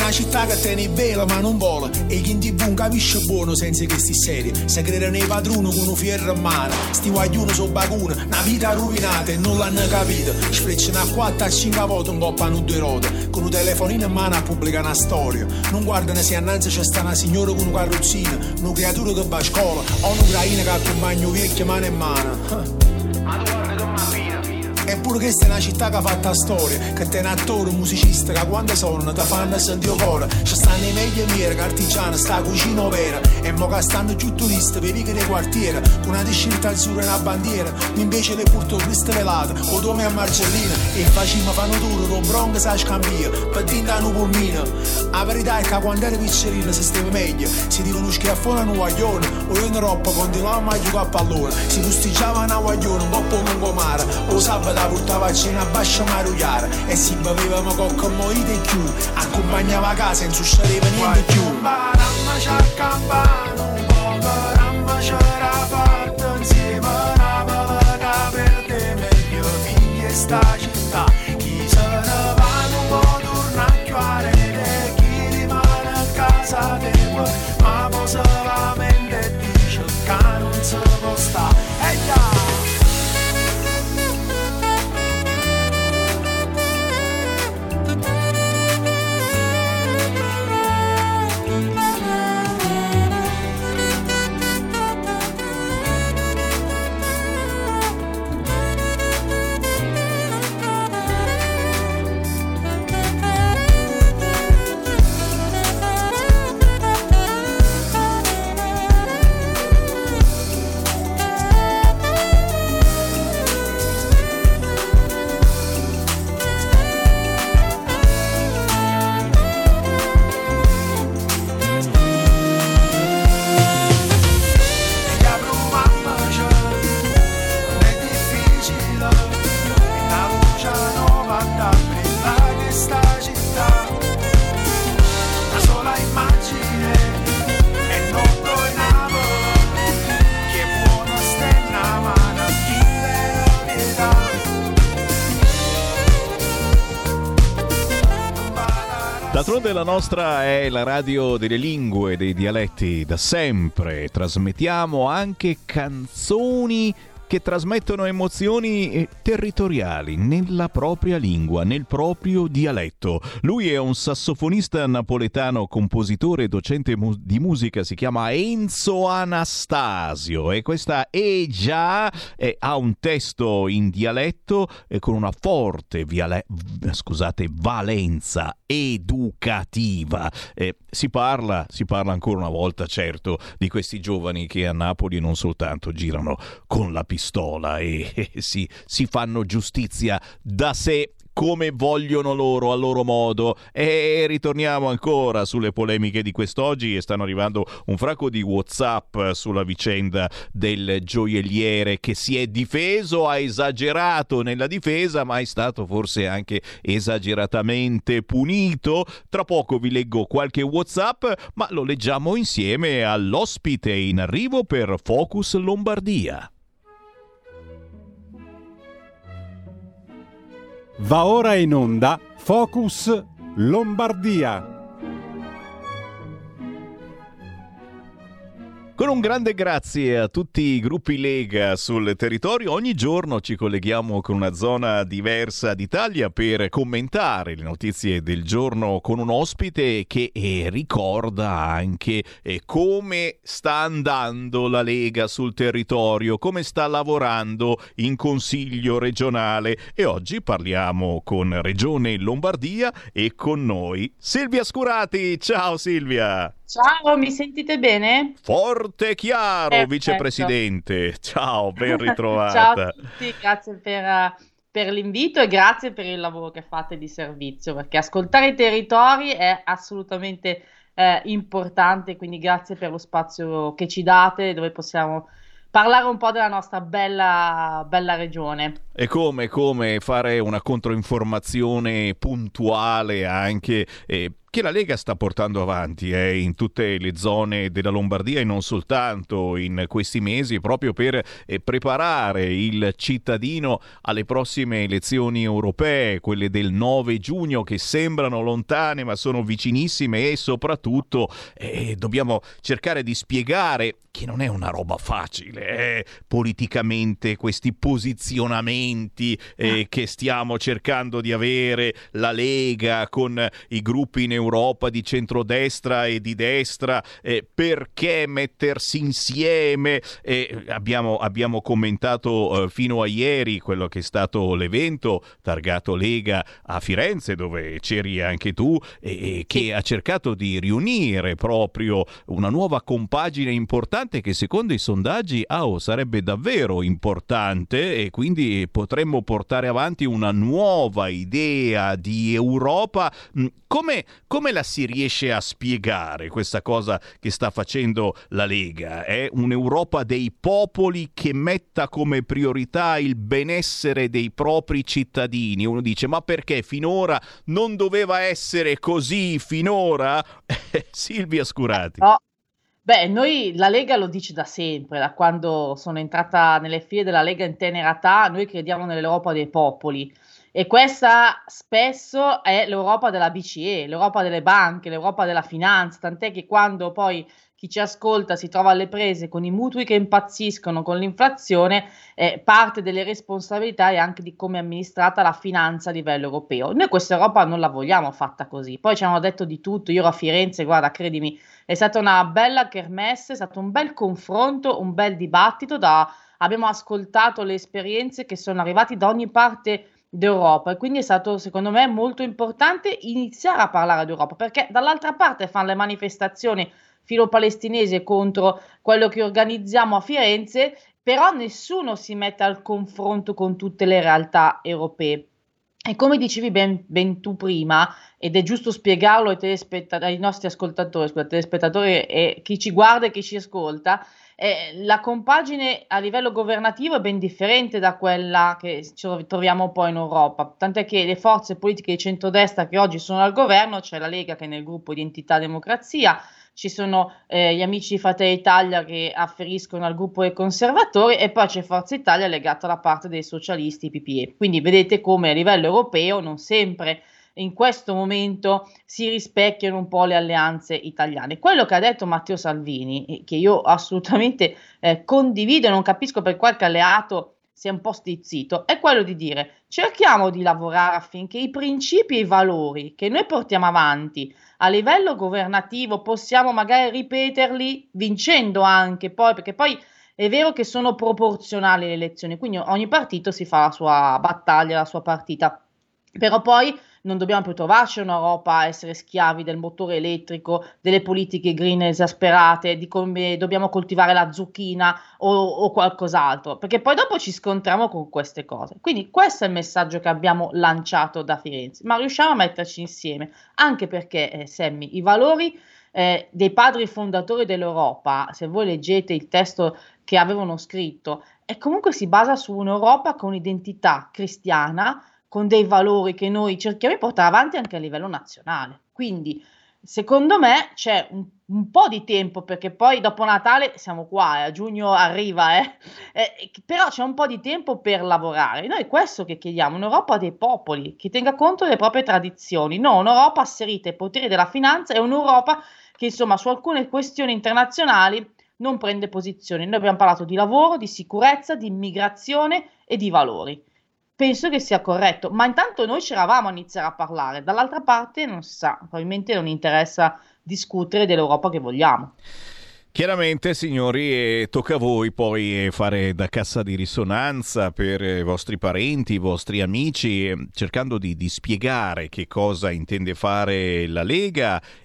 una città che tiene bella ma non vola, e chi in tv non capisce buono senza che sti serie. Se crede nei padroni con un fierro in mano, sti guaglioni sono bacune, una vita rovinata e non l'hanno capito. Sfrecciano a quattro a cinque volte un coppano due rote, con un telefonino in mano a pubblicare una storia. Non guardano se annanzi c'è sta una signora con un carrozzino, una creatura che va a scuola o un'ucraina che accompagna un vecchio mano in mano. Ma tu guarda come fine. Eppure questa è una città che ha fatto la storia, che tiene attori, musicisti che quando sono ti fanno sentire cuore. Ci stanno i meglio miei, artigiani, sta cucina vera, e mo che stanno giù turisti per i vighe dei quartieri, con una discinta azzurra e una bandiera. Invece le porto queste velate, o dome a Marcellina, e facciamo fanno duro, lo bronco sa scambia, per dintano polmina. La verità è che quando eri piccerino si stava meglio, si dicono schiaffone a un guaglione, o io in Europa continuavamo a giocare a pallone, si posteggiavano a guaglione, un po' come un gomara, o sabato la portava a cena a bascia marugliare, e si bevevamo cocco moite e più, accompagnava a casa e non succedeva niente più. Ramma c'ha campano, un po' ramma c'era fatta insieme, una bella che perde meglio figli e sta città. Chi se ne va non può tornare più a rete, chi rimane a casa tua, ma poi solamente dice che non si può stare. E già. D'altronde la nostra è la radio delle lingue, dei dialetti da sempre. Trasmettiamo anche canzoni che trasmettono emozioni territoriali nella propria lingua, nel proprio dialetto. Lui è un sassofonista napoletano, compositore e docente mu- di musica, si chiama Enzo Anastasio, e questa E già eh, ha un testo in dialetto eh, con una forte viale- scusate, valenza educativa. Eh, si parla, si parla ancora una volta, certo, di questi giovani che a Napoli non soltanto girano con la pistola e, e si, si fanno giustizia da sé come vogliono loro, a loro modo. E ritorniamo ancora sulle polemiche di quest'oggi, e stanno arrivando un fracco di WhatsApp sulla vicenda del gioielliere che si è difeso, ha esagerato nella difesa, ma è stato forse anche esageratamente punito. Tra poco vi leggo qualche WhatsApp, ma lo leggiamo insieme all'ospite in arrivo per Focus Lombardia. Va ora in onda Focus Lombardia. Con un grande grazie a tutti i gruppi Lega sul territorio, ogni giorno ci colleghiamo con una zona diversa d'Italia per commentare le notizie del giorno con un ospite che eh, ricorda anche eh, come sta andando la Lega sul territorio, come sta lavorando in Consiglio regionale. E oggi parliamo con Regione Lombardia e con noi Silvia Scurati. Ciao Silvia! Ciao, mi sentite bene? Forte e chiaro, Perfetto. Vicepresidente. Ciao, ben ritrovata. Ciao a tutti, grazie per, per l'invito e grazie per il lavoro che fate di servizio, perché ascoltare i territori è assolutamente eh, importante, quindi grazie per lo spazio che ci date, dove possiamo parlare un po' della nostra bella, bella regione. E come, come fare una controinformazione puntuale anche eh, che la Lega sta portando avanti eh, in tutte le zone della Lombardia e non soltanto in questi mesi, proprio per eh, preparare il cittadino alle prossime elezioni europee, quelle del nove giugno, che sembrano lontane ma sono vicinissime, e soprattutto eh, dobbiamo cercare di spiegare che non è una roba facile eh, politicamente, questi posizionamenti eh, che stiamo cercando di avere, la Lega con i gruppi in Europa di centrodestra e di destra, eh, perché mettersi insieme? Eh, abbiamo, abbiamo commentato eh, fino a ieri quello che è stato l'evento targato Lega a Firenze, dove c'eri anche tu, e, e che ha cercato di riunire proprio una nuova compagine importante che secondo i sondaggi ah, oh, sarebbe davvero importante, e quindi potremmo portare avanti una nuova idea di Europa. Come, come la si riesce a spiegare questa cosa che sta facendo la Lega? È un'Europa dei popoli che metta come priorità il benessere dei propri cittadini. Uno dice, ma perché finora non doveva essere così? Finora? Silvia Scurati. No. Beh, noi, la Lega lo dice da sempre, da quando sono entrata nelle file della Lega in tenera età, noi crediamo nell'Europa dei popoli, e questa spesso è l'Europa della B C E, l'Europa delle banche, l'Europa della finanza, tant'è che quando poi chi ci ascolta si trova alle prese con i mutui che impazziscono, con l'inflazione, eh, parte delle responsabilità è anche di come è amministrata la finanza a livello europeo. Noi questa Europa non la vogliamo fatta così. Poi ci hanno detto di tutto, io ero a Firenze, guarda, credimi, è stata una bella kermesse, è stato un bel confronto, un bel dibattito, da, abbiamo ascoltato le esperienze che sono arrivate da ogni parte d'Europa, e quindi è stato secondo me molto importante iniziare a parlare d'Europa, perché dall'altra parte fanno le manifestazioni filo-palestinese contro quello che organizziamo a Firenze, però nessuno si mette al confronto con tutte le realtà europee. E come dicevi ben, ben tu prima, ed è giusto spiegarlo ai, telespetta- ai nostri ascoltatori, scusa, telespettatori e chi ci guarda e chi ci ascolta, eh, la compagine a livello governativo è ben differente da quella che ci troviamo poi in Europa, tant'è che le forze politiche di centrodestra che oggi sono al governo, c'è la Lega che è nel gruppo Identità e Democrazia, ci sono eh, gli amici di Fratelli d'Italia che afferiscono al gruppo dei conservatori, e poi c'è Forza Italia legata alla parte dei socialisti P P E. Quindi vedete come a livello europeo non sempre in questo momento si rispecchiano un po' le alleanze italiane. Quello che ha detto Matteo Salvini, che io assolutamente eh, condivido e non capisco per qualche alleato sia un po' stizzito, è quello di dire: cerchiamo di lavorare affinché i principi e i valori che noi portiamo avanti a livello governativo possiamo magari ripeterli vincendo anche poi, perché poi è vero che sono proporzionali le elezioni, quindi ogni partito si fa la sua battaglia, la sua partita, però poi non dobbiamo più trovarci in Europa a essere schiavi del motore elettrico, delle politiche green esasperate, di come dobbiamo coltivare la zucchina o, o qualcos'altro, perché poi dopo ci scontriamo con queste cose. Quindi questo è il messaggio che abbiamo lanciato da Firenze, ma riusciamo a metterci insieme, anche perché, eh, Sammy, i valori eh, dei padri fondatori dell'Europa, se voi leggete il testo che avevano scritto, e comunque si basa su un'Europa con identità cristiana, con dei valori che noi cerchiamo di portare avanti anche a livello nazionale. Quindi, secondo me, c'è un, un po' di tempo, perché poi dopo Natale siamo qua, eh, a giugno arriva, eh, eh, però c'è un po' di tempo per lavorare. Noi questo che chiediamo, un'Europa dei popoli, che tenga conto delle proprie tradizioni, non un'Europa asserita ai poteri della finanza, e un'Europa che, insomma, su alcune questioni internazionali non prende posizione. Noi abbiamo parlato di lavoro, di sicurezza, di immigrazione e di valori. Penso che sia corretto, ma intanto noi c'eravamo a iniziare a parlare, dall'altra parte non si sa, probabilmente non interessa discutere dell'Europa che vogliamo. Chiaramente, signori, eh, tocca a voi poi fare da cassa di risonanza per i vostri parenti, i vostri amici, eh, cercando di, di spiegare che cosa intende fare la Lega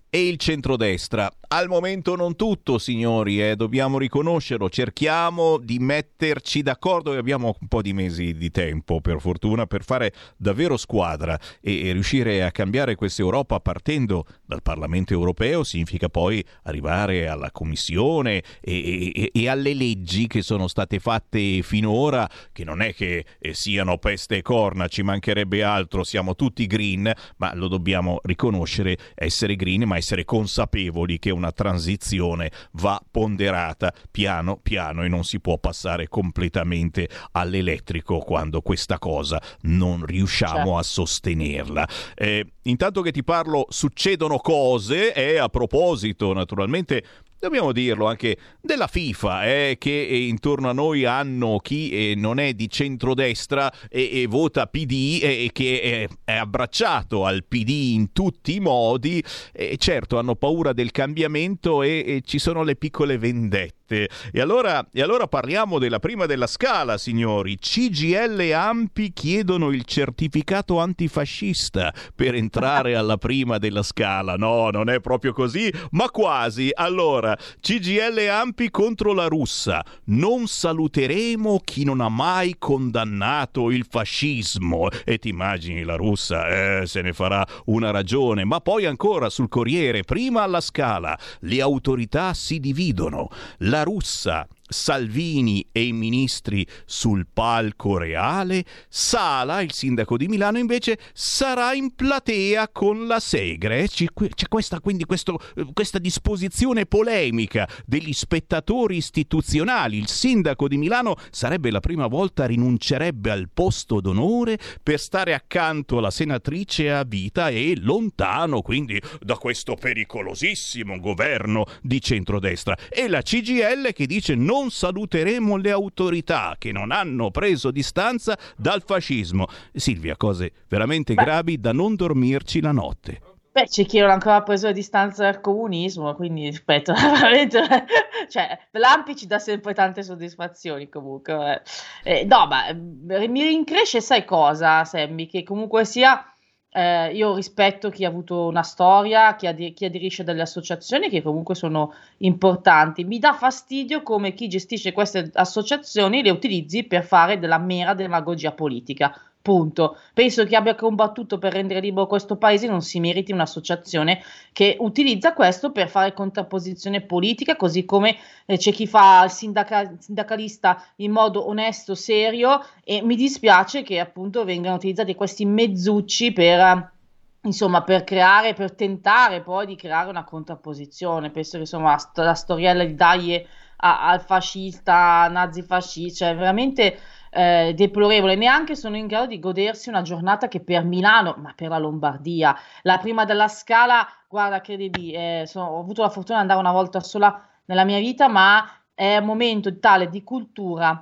e il centrodestra. Al momento non tutto, signori, eh, dobbiamo riconoscerlo, cerchiamo di metterci d'accordo e abbiamo un po' di mesi di tempo, per fortuna, per fare davvero squadra e, e riuscire a cambiare questa Europa partendo dal Parlamento europeo significa poi arrivare alla Commissione e, e, e alle leggi che sono state fatte finora, che non è che eh, siano peste e corna, ci mancherebbe altro, siamo tutti green, ma lo dobbiamo riconoscere, essere green, ma essere consapevoli che una transizione va ponderata piano piano e non si può passare completamente all'elettrico quando questa cosa non riusciamo certo. a sostenerla. Eh, intanto che ti parlo succedono cose e a proposito naturalmente dobbiamo dirlo anche della FIFA, eh, che intorno a noi hanno chi eh, non è di centrodestra e, e vota P D e, e che è, è abbracciato al P D in tutti i modi. E certo hanno paura del cambiamento e, e ci sono le piccole vendette. E allora, e allora parliamo della prima della scala, signori. C G I L e A N P I chiedono il certificato antifascista per entrare alla prima della scala. No, non è proprio così, ma quasi. Allora, C G I L e A N P I contro la russa. Non saluteremo chi non ha mai condannato il fascismo. E ti immagini la russa, eh, se ne farà una ragione. Ma poi ancora sul Corriere, prima alla scala. Le autorità si dividono. La La russa, Salvini e i ministri sul palco reale, Sala, il sindaco di Milano, invece sarà in platea con la Segre. C'è, c'è questa, quindi questo, questa disposizione polemica degli spettatori istituzionali. Il sindaco di Milano sarebbe la prima volta rinuncerebbe al posto d'onore per stare accanto alla senatrice a vita e lontano quindi da questo pericolosissimo governo di centrodestra. E la C G I L che dice non Non saluteremo le autorità che non hanno preso distanza dal fascismo. Silvia, cose veramente Beh. gravi da non dormirci la notte. Beh, c'è chi non ha ancora preso distanza dal comunismo, quindi rispetto, veramente, cioè, l'A N P I ci dà sempre tante soddisfazioni comunque. Eh, no, ma mi rincresce, sai cosa, Sammy, che comunque sia... Eh, io rispetto chi ha avuto una storia, chi, adi- chi aderisce a delle associazioni che comunque sono importanti. Mi dà fastidio come chi gestisce queste associazioni le utilizzi per fare della mera demagogia politica. Punto. Penso che abbia combattuto per rendere libero questo paese non si meriti un'associazione che utilizza questo per fare contrapposizione politica, così come eh, c'è chi fa il sindaca- sindacalista in modo onesto, serio, e mi dispiace che appunto vengano utilizzati questi mezzucci per insomma per creare, per tentare poi di creare una contrapposizione. Penso che insomma la, st- la storiella di Daglie a- al fascista, nazifascista, cioè veramente Eh, deplorevole. Neanche sono in grado di godersi una giornata che per Milano, ma per la Lombardia, la prima della scala, guarda, credimi, eh, sono, ho avuto la fortuna di andare una volta sola nella mia vita, ma è un momento tale di cultura,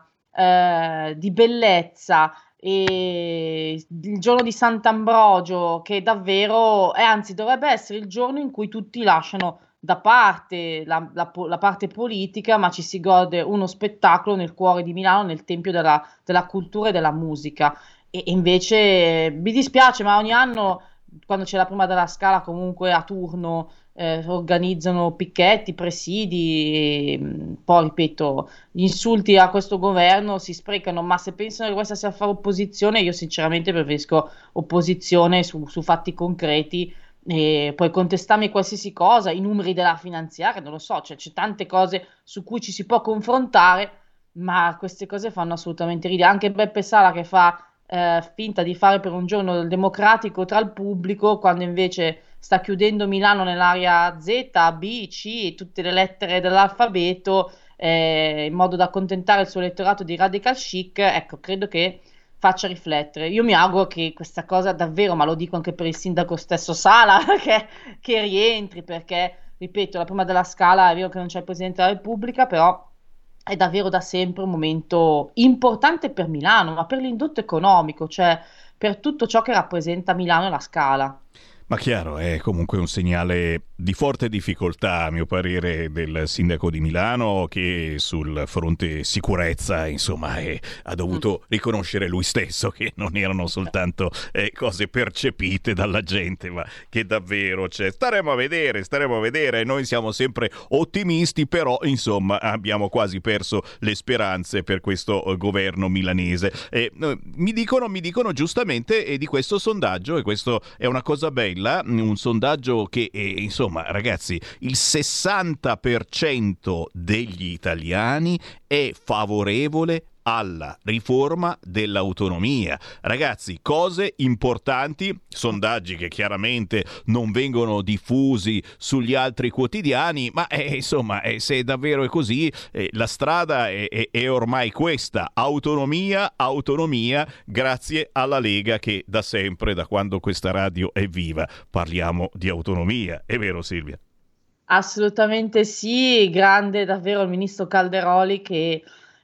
eh, di bellezza, e il giorno di Sant'Ambrogio che davvero, e anzi dovrebbe essere il giorno in cui tutti lasciano da parte la, la, la parte politica, ma ci si gode uno spettacolo nel cuore di Milano, nel tempio della, della cultura e della musica. E, e invece mi dispiace, ma ogni anno quando c'è la prima della scala comunque a turno eh, organizzano picchetti, presidi, e, poi ripeto, gli insulti a questo governo si sprecano, ma se pensano che questa sia fare opposizione, io sinceramente preferisco opposizione su, su fatti concreti. E puoi contestarmi qualsiasi cosa, i numeri della finanziaria, non lo so, cioè c'è tante cose su cui ci si può confrontare, ma queste cose fanno assolutamente ridere. Anche Beppe Sala che fa eh, finta di fare per un giorno il democratico tra il pubblico, quando invece sta chiudendo Milano nell'area Z, B, C, tutte le lettere dell'alfabeto, eh, in modo da accontentare il suo elettorato di radical chic. Ecco, credo che faccia riflettere. Io mi auguro che questa cosa davvero, ma lo dico anche per il sindaco stesso Sala, che, che rientri, perché, ripeto, la prima della scala è vero che non c'è il Presidente della Repubblica, però è davvero da sempre un momento importante per Milano, ma per l'indotto economico, cioè per tutto ciò che rappresenta Milano e la scala. Ma chiaro, è comunque un segnale di forte difficoltà, a mio parere, del sindaco di Milano, che sul fronte sicurezza, insomma, è, ha dovuto riconoscere lui stesso che non erano soltanto eh, cose percepite dalla gente, ma che davvero c'è. Staremo a vedere, staremo a vedere. Noi siamo sempre ottimisti, però, insomma, abbiamo quasi perso le speranze per questo eh, governo milanese. Eh, mi dicono, mi dicono giustamente eh, di questo sondaggio, e questo è una cosa bella, un sondaggio che, eh, insomma, ragazzi, il sessanta per cento degli italiani è favorevole alla riforma dell'autonomia. Ragazzi, cose importanti, sondaggi che chiaramente non vengono diffusi sugli altri quotidiani, ma eh, insomma, eh, se davvero è così, eh, la strada è, è, è ormai questa: autonomia, autonomia, grazie alla Lega che da sempre, da quando questa radio è viva, parliamo di autonomia. È vero, Silvia? Assolutamente sì, grande davvero il ministro Calderoli che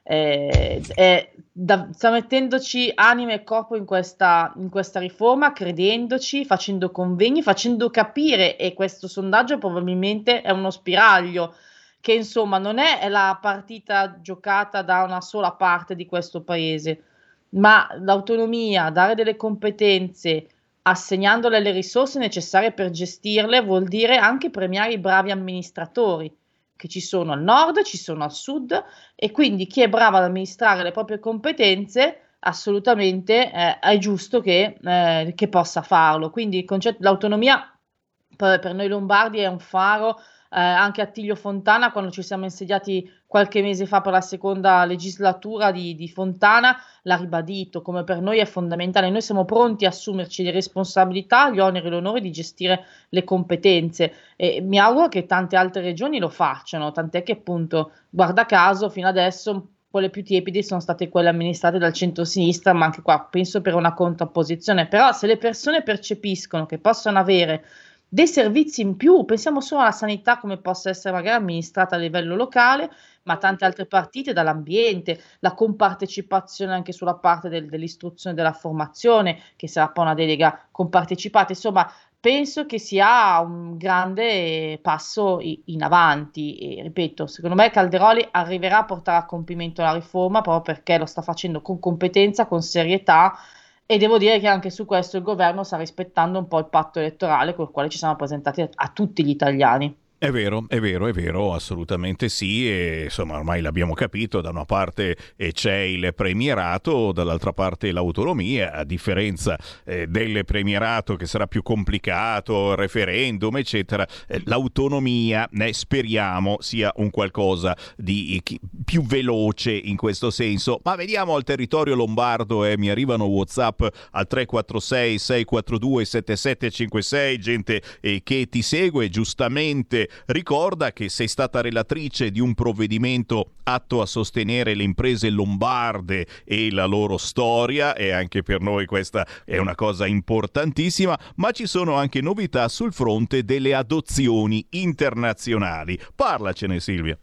Eh, eh, da, sta mettendoci anima e corpo in questa, in questa riforma, credendoci, facendo convegni, facendo capire, e questo sondaggio probabilmente è uno spiraglio, che insomma non è la partita giocata da una sola parte di questo paese, ma l'autonomia, dare delle competenze, assegnandole le risorse necessarie per gestirle, vuol dire anche premiare i bravi amministratori, che ci sono al nord, ci sono al sud, e quindi chi è bravo ad amministrare le proprie competenze assolutamente eh, è giusto che, eh, che possa farlo. Quindi il concetto dell'autonomia per, per noi lombardi è un faro. Eh, anche Attilio Fontana, quando ci siamo insediati qualche mese fa per la seconda legislatura di, di Fontana, l'ha ribadito, come per noi è fondamentale. Noi siamo pronti a assumerci le responsabilità, gli oneri e l'onore di gestire le competenze, e mi auguro che tante altre regioni lo facciano, tant'è che appunto, guarda caso, fino adesso quelle più tiepide sono state quelle amministrate dal centro-sinistra, ma anche qua penso per una contrapposizione. Però se le persone percepiscono che possono avere dei servizi in più, pensiamo solo alla sanità come possa essere magari amministrata a livello locale, ma tante altre partite, dall'ambiente, la compartecipazione anche sulla parte del, dell'istruzione e della formazione, che sarà poi una delega compartecipata. Insomma, penso che sia un grande passo in avanti, e ripeto, secondo me Calderoli arriverà a portare a compimento la riforma proprio perché lo sta facendo con competenza, con serietà. E devo dire che anche su questo il governo sta rispettando un po' il patto elettorale col quale ci siamo presentati a, a tutti gli italiani. È vero, è vero, è vero, assolutamente sì, e insomma ormai l'abbiamo capito, da una parte eh, c'è il premierato, dall'altra parte l'autonomia, a differenza eh, del premierato che sarà più complicato, referendum eccetera, eh, l'autonomia eh, speriamo sia un qualcosa di chi, più veloce in questo senso. Ma vediamo al territorio lombardo, eh, mi arrivano WhatsApp al tre quattro sei sei quattro due sette sette cinque sei, gente eh, che ti segue giustamente. Ricorda che sei stata relatrice di un provvedimento atto a sostenere le imprese lombarde e la loro storia, e anche per noi questa è una cosa importantissima, ma ci sono anche novità sul fronte delle adozioni internazionali. Parlacene, Silvia.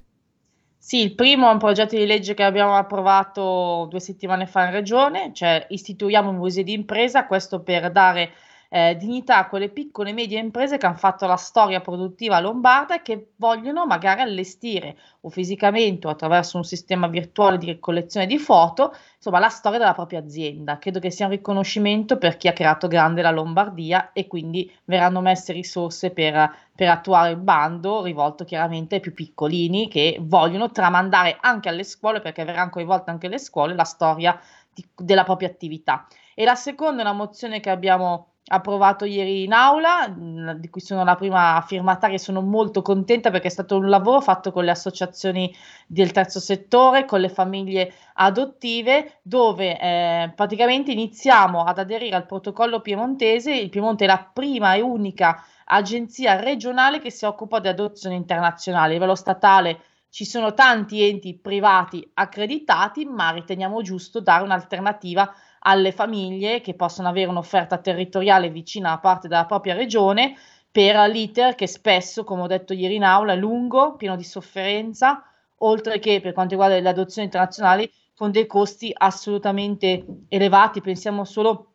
Sì, il primo è un progetto di legge che abbiamo approvato due settimane fa in regione, cioè istituiamo un museo di impresa, questo per dare Eh, dignità a quelle piccole e medie imprese che hanno fatto la storia produttiva lombarda e che vogliono magari allestire o fisicamente o attraverso un sistema virtuale di collezione di foto, insomma, la storia della propria azienda. Credo che sia un riconoscimento per chi ha creato grande la Lombardia, e quindi verranno messe risorse per, per attuare il bando rivolto chiaramente ai più piccolini che vogliono tramandare anche alle scuole, perché verranno coinvolte anche le scuole, la storia di, della propria attività. E la seconda è una mozione che abbiamo approvato ieri in aula, di cui sono la prima firmataria e sono molto contenta perché è stato un lavoro fatto con le associazioni del terzo settore, con le famiglie adottive, dove eh, praticamente iniziamo ad aderire al protocollo piemontese. Il Piemonte è la prima e unica agenzia regionale che si occupa di adozioni internazionali. A livello statale ci sono tanti enti privati accreditati, ma riteniamo giusto dare un'alternativa alle famiglie che possono avere un'offerta territoriale vicina a parte della propria regione, per l'iter che spesso, come ho detto ieri in aula, è lungo, pieno di sofferenza, oltre che per quanto riguarda le adozioni internazionali con dei costi assolutamente elevati. Pensiamo solo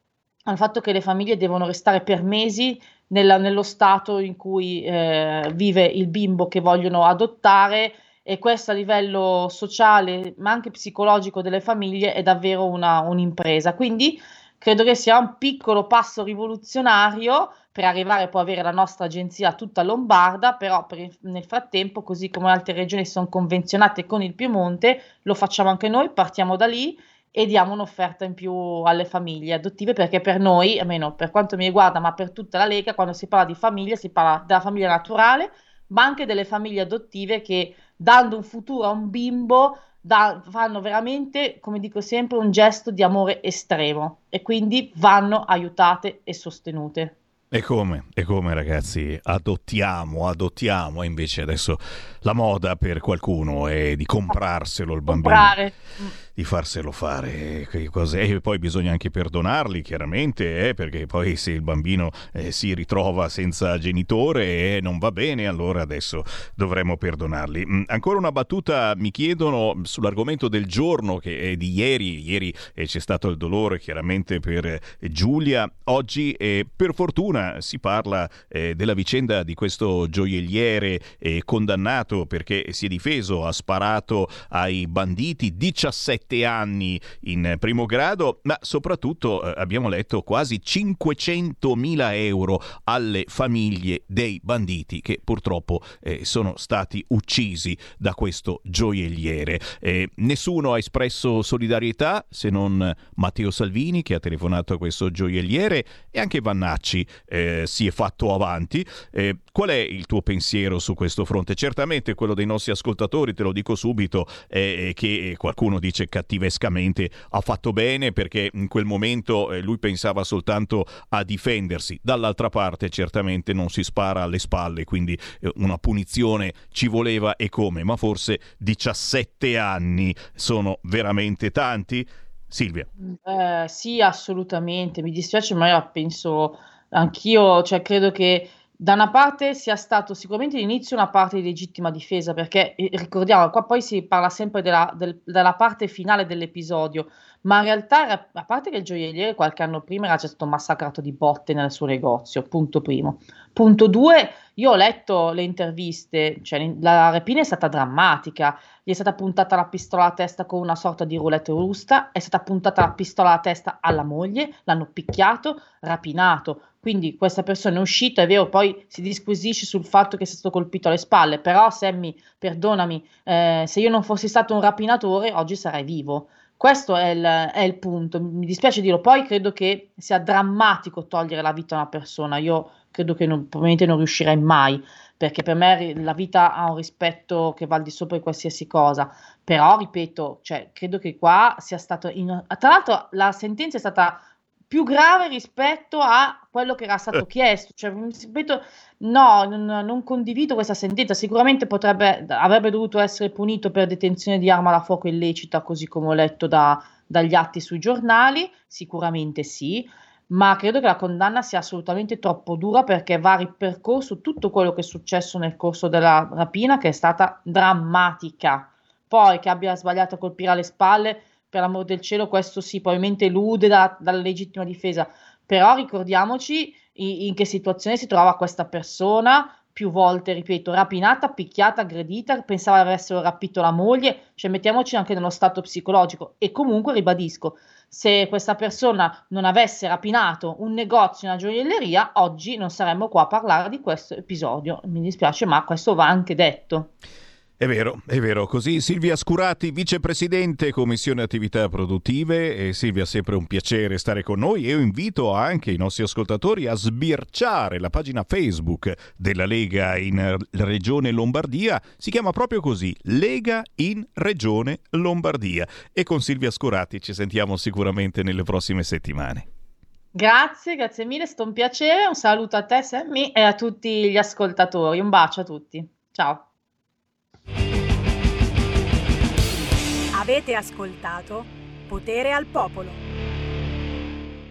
al fatto che le famiglie devono restare per mesi nella, nello stato in cui eh, vive il bimbo che vogliono adottare, e questo a livello sociale ma anche psicologico delle famiglie è davvero una, un'impresa. Quindi credo che sia un piccolo passo rivoluzionario per arrivare poi a avere la nostra agenzia tutta lombarda, però per il, nel frattempo, così come altre regioni si sono convenzionate con il Piemonte, lo facciamo anche noi, partiamo da lì e diamo un'offerta in più alle famiglie adottive, perché per noi, almeno per quanto mi riguarda, ma per tutta la Lega, quando si parla di famiglia si parla della famiglia naturale, ma anche delle famiglie adottive che, dando un futuro a un bimbo, da, fanno veramente, come dico sempre, un gesto di amore estremo, e quindi vanno aiutate e sostenute. E come, e come ragazzi, adottiamo, adottiamo, e invece adesso la moda per qualcuno è di comprarselo il bambino. Comprare. Di farselo fare, che cose. E poi bisogna anche perdonarli, chiaramente, eh, perché poi se il bambino eh, si ritrova senza genitore eh, non va bene, allora adesso dovremmo perdonarli. Mm, ancora una battuta mi chiedono sull'argomento del giorno, che è di ieri. Ieri eh, c'è stato il dolore chiaramente per eh, Giulia. Oggi eh, per fortuna si parla eh, della vicenda di questo gioielliere eh, condannato perché si è difeso, ha sparato ai banditi, diciassette anni in primo grado, ma soprattutto eh, abbiamo letto quasi cinquecentomila euro alle famiglie dei banditi che purtroppo eh, sono stati uccisi da questo gioielliere. Eh, nessuno ha espresso solidarietà se non Matteo Salvini, che ha telefonato a questo gioielliere, e anche Vannacci eh, si è fatto avanti. Eh, qual è il tuo pensiero su questo fronte? Certamente quello dei nostri ascoltatori, te lo dico subito, è che qualcuno dice cattivescamente ha fatto bene perché in quel momento eh, lui pensava soltanto a difendersi. Dall'altra parte certamente non si spara alle spalle, quindi eh, una punizione ci voleva, e come, ma forse diciassette anni sono veramente tanti. Silvia. Eh, sì, assolutamente, mi dispiace, ma io penso anch'io, cioè credo che da una parte sia stato sicuramente all'inizio una parte di legittima difesa, perché eh, ricordiamo, qua poi si parla sempre della, del, della parte finale dell'episodio, ma in realtà, era, a parte che il gioielliere qualche anno prima era già stato massacrato di botte nel suo negozio, punto primo. Punto due, io ho letto le interviste, cioè la rapina è stata drammatica, gli è stata puntata la pistola alla testa con una sorta di roulette russa, è stata puntata la pistola alla testa alla moglie, l'hanno picchiato, rapinato. Quindi questa persona è uscita, è vero, poi si disquisisce sul fatto che sia stato colpito alle spalle, però Sammy, perdonami, eh, se io non fossi stato un rapinatore oggi sarei vivo. Questo è il, è il punto, mi dispiace dirlo. Poi credo che sia drammatico togliere la vita a una persona, io credo che non, probabilmente non riuscirei mai, perché per me la vita ha un rispetto che va al di sopra di qualsiasi cosa, però ripeto, cioè, credo che qua sia stato, in... tra l'altro la sentenza è stata più grave rispetto a quello che era stato chiesto, cioè, ripeto, no, non, non condivido questa sentenza. Sicuramente potrebbe, avrebbe dovuto essere punito per detenzione di arma da fuoco illecita, così come ho letto da, dagli atti sui giornali, sicuramente sì, ma credo che la condanna sia assolutamente troppo dura, perché va ripercorso tutto quello che è successo nel corso della rapina, che è stata drammatica. Poi che abbia sbagliato a colpire alle spalle, per l'amor del cielo, questo sì, probabilmente elude da, dalla legittima difesa, però ricordiamoci in, in che situazione si trovava questa persona, più volte, ripeto, rapinata, picchiata, aggredita, pensava avessero rapito la moglie, cioè mettiamoci anche nello stato psicologico. E comunque ribadisco, se questa persona non avesse rapinato un negozio, una gioielleria, oggi non saremmo qua a parlare di questo episodio, mi dispiace, ma questo va anche detto. È vero, è vero. Così Silvia Scurati, vicepresidente Commissione Attività Produttive. E Silvia, sempre un piacere stare con noi, e io invito anche i nostri ascoltatori a sbirciare la pagina Facebook della Lega in Regione Lombardia. Si chiama proprio così, Lega in Regione Lombardia. E con Silvia Scurati ci sentiamo sicuramente nelle prossime settimane. Grazie, grazie mille, è stato un piacere. Un saluto a te, Sammy, e a tutti gli ascoltatori. Un bacio a tutti. Ciao. Avete ascoltato Potere al Popolo.